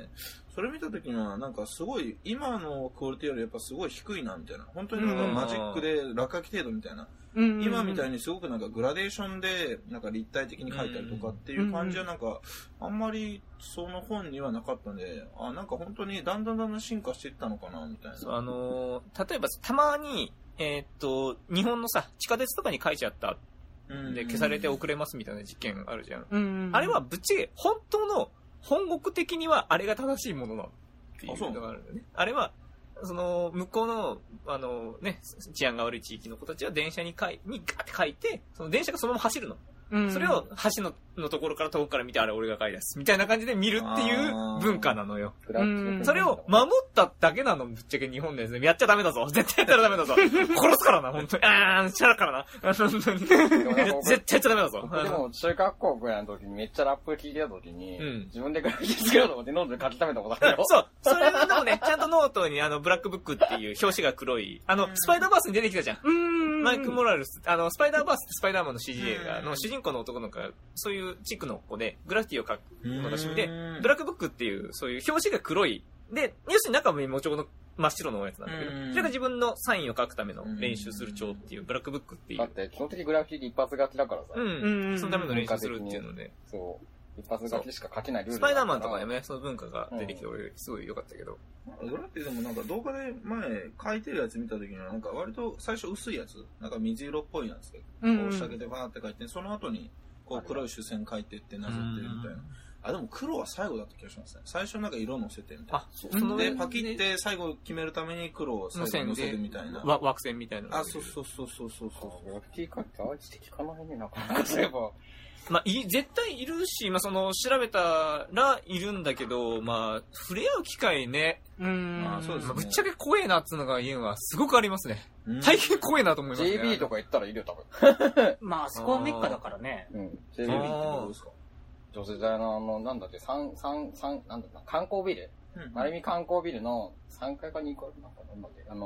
それ見た時にはなんかすごい、今のクオリティよりやっぱすごい低いなみたいな、本当になんかマジックで落書き程度みたいな、今みたいにすごくなんかグラデーションでなんか立体的に描いたりとかっていう感じはなんかあんまりその本にはなかったんで、なんか本当にだんだん進化していったのかなみたいな。 例えばたまに日本のさ地下鉄とかに書いちゃったで消されて遅れますみたいな事件あるじゃん。あれはぶっちゃけ本当の本国的にはあれが正しいものなのっていうのがあるんだよね。あれはその向こうのね治安が悪い地域の子たちは電車にガーって書いて、その電車がそのまま走るの。それを橋のところから遠くから見て、あれ俺が書いたやつみたいな感じで見るっていう文化なのよ。それを守っただけなの、ぶっちゃけ日本ですね。やっちゃダメだぞ。絶対やったらダメだぞ。殺すからな、本当に。しゃらからな。絶対やっちゃダメだぞ。 でも、中学校ぐらいの時にめっちゃラップ聞いてた時に、自分でグラフィティ作ろうと思ってノートで書き溜めたことあるよ。 そう。それでもね、ちゃんとノートにブラックブックっていう表紙が黒い、スパイダーバースに出てきたじゃん。マイク・モラルス、スパイダーバースってスパイダーマンの CG 映画の主人公の男の子が、そういう地区の子で、グラフィティを描くのが趣味で、ブラックブックっていう、そういう表紙が黒い。で、要するに中ももちろん真っ白のやつなんだけど、それが自分のサインを書くための練習する帳っていう、ブラックブックっていう。 だって、基本的にグラフィティ一発書きだからさ。 そのための練習するっていうので。 そう。一発書きしか書けないルール。 スパイダーマンとかでね、その文化が出てきて、俺、すごい良かったけど。 グラフィティでもなんか動画で前書いてるやつ見た時には、なんか割と最初薄いやつ、なんか水色っぽいやつで、こう下げてバーって書いて、その後に、こう黒い主線書いてってなぞってるみたいな。でも黒は最後だった気がしますね。最初なんか色乗せてみたいな。で、パキって最後決めるために黒を最後乗せるみたいな。 枠線みたいな。 そう。 グラフィティ書いて愛知で聞かないね、なかなかそういえば。 まあ、絶対いるし、まあ、調べたらいるんだけど、まあ、触れ合う機会ね。 そうですね。 ぶっちゃけ怖えなっていうのが言うのはすごくありますね。大変怖えなと思いますね。 JB とか行ったらいるよ、多分。 まあ、あそこはメッカだからね。 JB ってどうですか？ 女性大の、なんだっけ、なんだっけ、観光ビル。丸見観光ビルの3階か2階なんだっけ、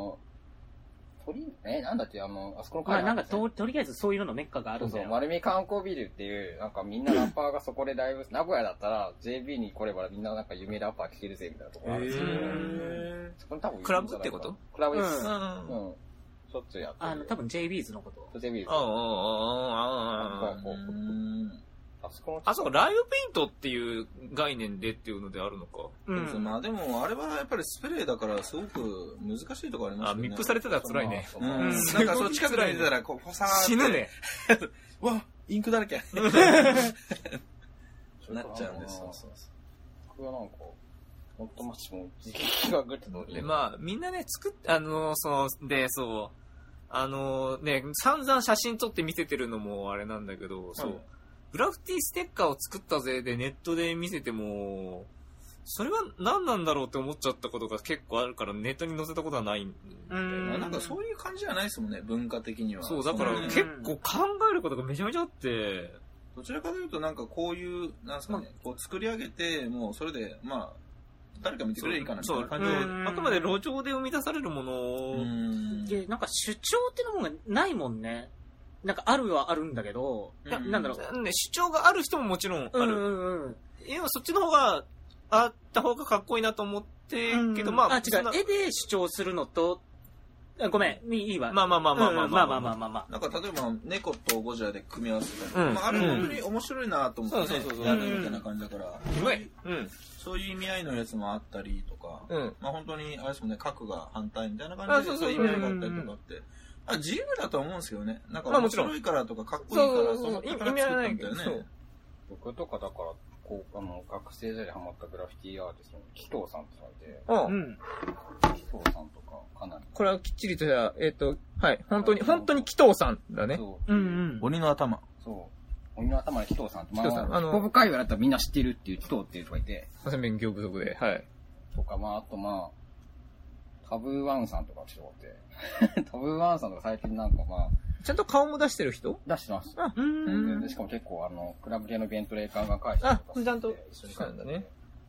なんだっけ、あそこの階なんかとりあえずそういうののメッカがあるんだよ。 そう、丸見観光ビルっていう、なんかみんなラッパーがそこでだいぶ、名古屋だったら JB に来ればみんななんか有名ラッパー聴けるぜみたいなところあるんですよ。そこに多分クラブってこと？ クラブです。しょっちゅうやってる。 多分 JB's のこと。 JB's。 あそこライブペイントっていう概念でっていうのであるのか。 まあでもあれはやっぱりスプレーだからすごく難しいところありますよね。 密封されてたら辛いね。 なんかその近くで見てたらこうファサーって死ぬね。 わ、インクだらけ。 なっちゃうんです。そうそうそう。 僕はなんか、もっともしも時期がぐっとで、まあ、みんなね、ね、散々写真撮って見せてるのもあれなんだけど、そう。グラフィティステッカーを作ったぜでネットで見せても、それは何なんだろうって思っちゃったことが結構あるからネットに載せたことはないんだよね。 なんかそういう感じじゃないですもんね、文化的には。 そう、だから結構考えることがめちゃめちゃあって、 どちらかというとなんかこういう、なんですかね、こう作り上げて、もうそれで、まあ、誰か見てくればいいかなみたいな感じで。 あくまで路上で生み出されるもので、なんか主張っていうのがないもんね。なんかあるはあるんだけど、なんだろう。 ね、主張がある人ももちろんある。今そっちの方があった方がかっこいいなと思ってけど、まあ。 違う。絵で主張するのと、ごめん、いいわ。 まあ。 なんか例えば猫とゴジラで組み合わせたり、あれ本当に面白いなと思ってやるみたいな感じだから、そういう意味合いのやつもあったりとか、まあ本当にあれですもんね、核が反対みたいな感じでそういう意味合いがあったりとかって、自由だと思うんですけどね。なんか面白いからとかかっこいいからそう思ったから作ったみたいなね。 僕とかだから、こう、学生時代にハマったグラフィティアーティストの紀藤さんって言われて、紀藤さんとかかなり。 これはきっちりとじゃはい。本当に紀藤さんだね。 そう。 鬼の頭。 そう。鬼の頭の紀藤さんって、ヒップホップ界隈だったらみんな知ってるっていう紀藤っていう人がいて。 すいません、勉強不足で。はい。 とか、あとタブーワンさんとか人がいて。タブーワンさんとか最近なんかちゃんと顔も出してる人出してます。でしかも結構クラブ系のベントレーカーが返してとか。 ちゃんとそうなんだね。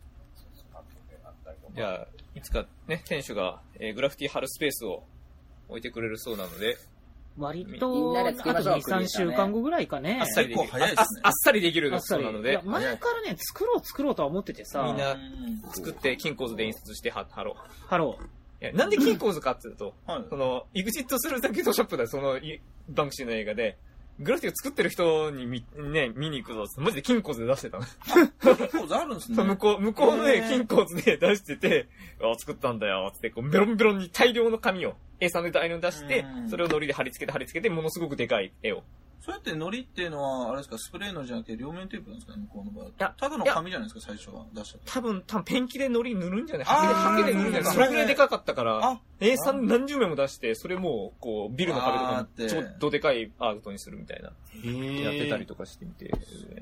じゃあ、いつかね、店主が、グラフィティ貼るスペースを置いてくれるそうなので、 割と、あと2、3週間後ぐらいかね。 あっさりできる。あっさりできるそうなので。 前からね、作ろうとは思っててさ。 みんな作って金鉱図で印刷して貼ろう。 いや、 なんで金鉱図かっていうと、エグジットするだけのショップだよ、その、バンクシーの映画で。グラフィティを作ってる人に見に行くぞって、マジで金鉱図で出してたの。 金鉱図あるんですね。 向こうの金鉱図で出してて、作ったんだよ、つって、こう、ベロンベロンに大量の紙を、A3 で大量に出して、それを糊で貼り付けて、ものすごくでかい絵を。 そうやって糊っていうのは、あれですか、スプレーのじゃなくて両面テープなんですかね、向こうの場合。いや、ただの紙じゃないですか、最初は出した多分ペンキで糊塗るんじゃない？ハケで塗るんじゃない？それぐらいでかかったから、A3 何十面も出して、それも、こう、ビルの壁とかにちょっとでかいアートにするみたいな。やってたりとかしてみて。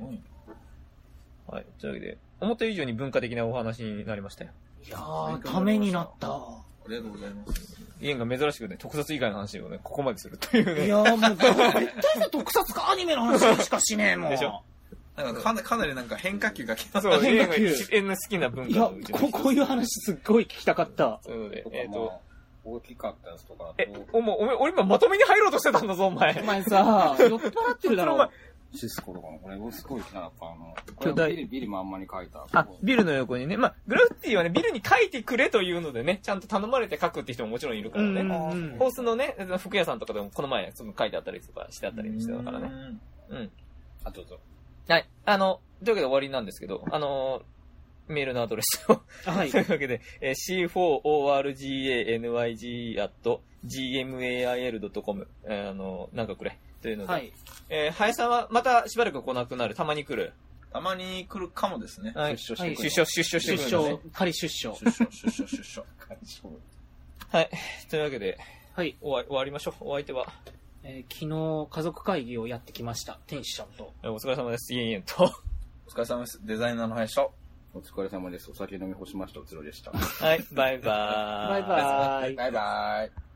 はい。というわけで、思った以上に文化的なお話になりましたよ。 いやー、ためになった。 ありがとうございます。 イエンが珍しくね、特撮以外の話をね、ここまでするというね。 いやーもう、絶対特撮かアニメの話しかしねえもん。 でしょ？ なんかかなりなんか変化球が来た。 そう、イエンが一番好きな文化のうちの一つ。 いや、こういう話すっごい聞きたかった。 そういうので、 大きかったやつとか。 俺今まとめに入ろうとしてたんだぞ、お前。 お前さ、酔っ払ってるだろ。 シスコとかの、これすごい来たな、これビルまんまに書いた。 ビルの横にね。グラフィティはね、ビルに書いてくれというのでね、ちゃんと頼まれて書くって人ももちろんいるからね。ホースのね、服屋さんとかでもこの前、書いてあったりとかしてあったりしてたからね。 あ、どうぞ。 はい。というわけで終わりなんですけど、メールのアドレスを。はい。というわけで、c4organg@gmail.com。なんかくれ。というので。はい。林さんはまたしばらく来なくなる。たまに来る。 たまに来るかもですね。 はい。出所してくるんでね。 仮出所。 はい。というわけで、 はい。 終わりましょう。お相手は。 昨日、家族会議をやってきました。天使ちゃんと。 お疲れ様です。イエンイエンと。 お疲れ様です。デザイナーの林と。 お疲れ様です。お酒飲み干しました。うつろでした。 はい。バイバーイ。 バイバーイ。 バイバーイ。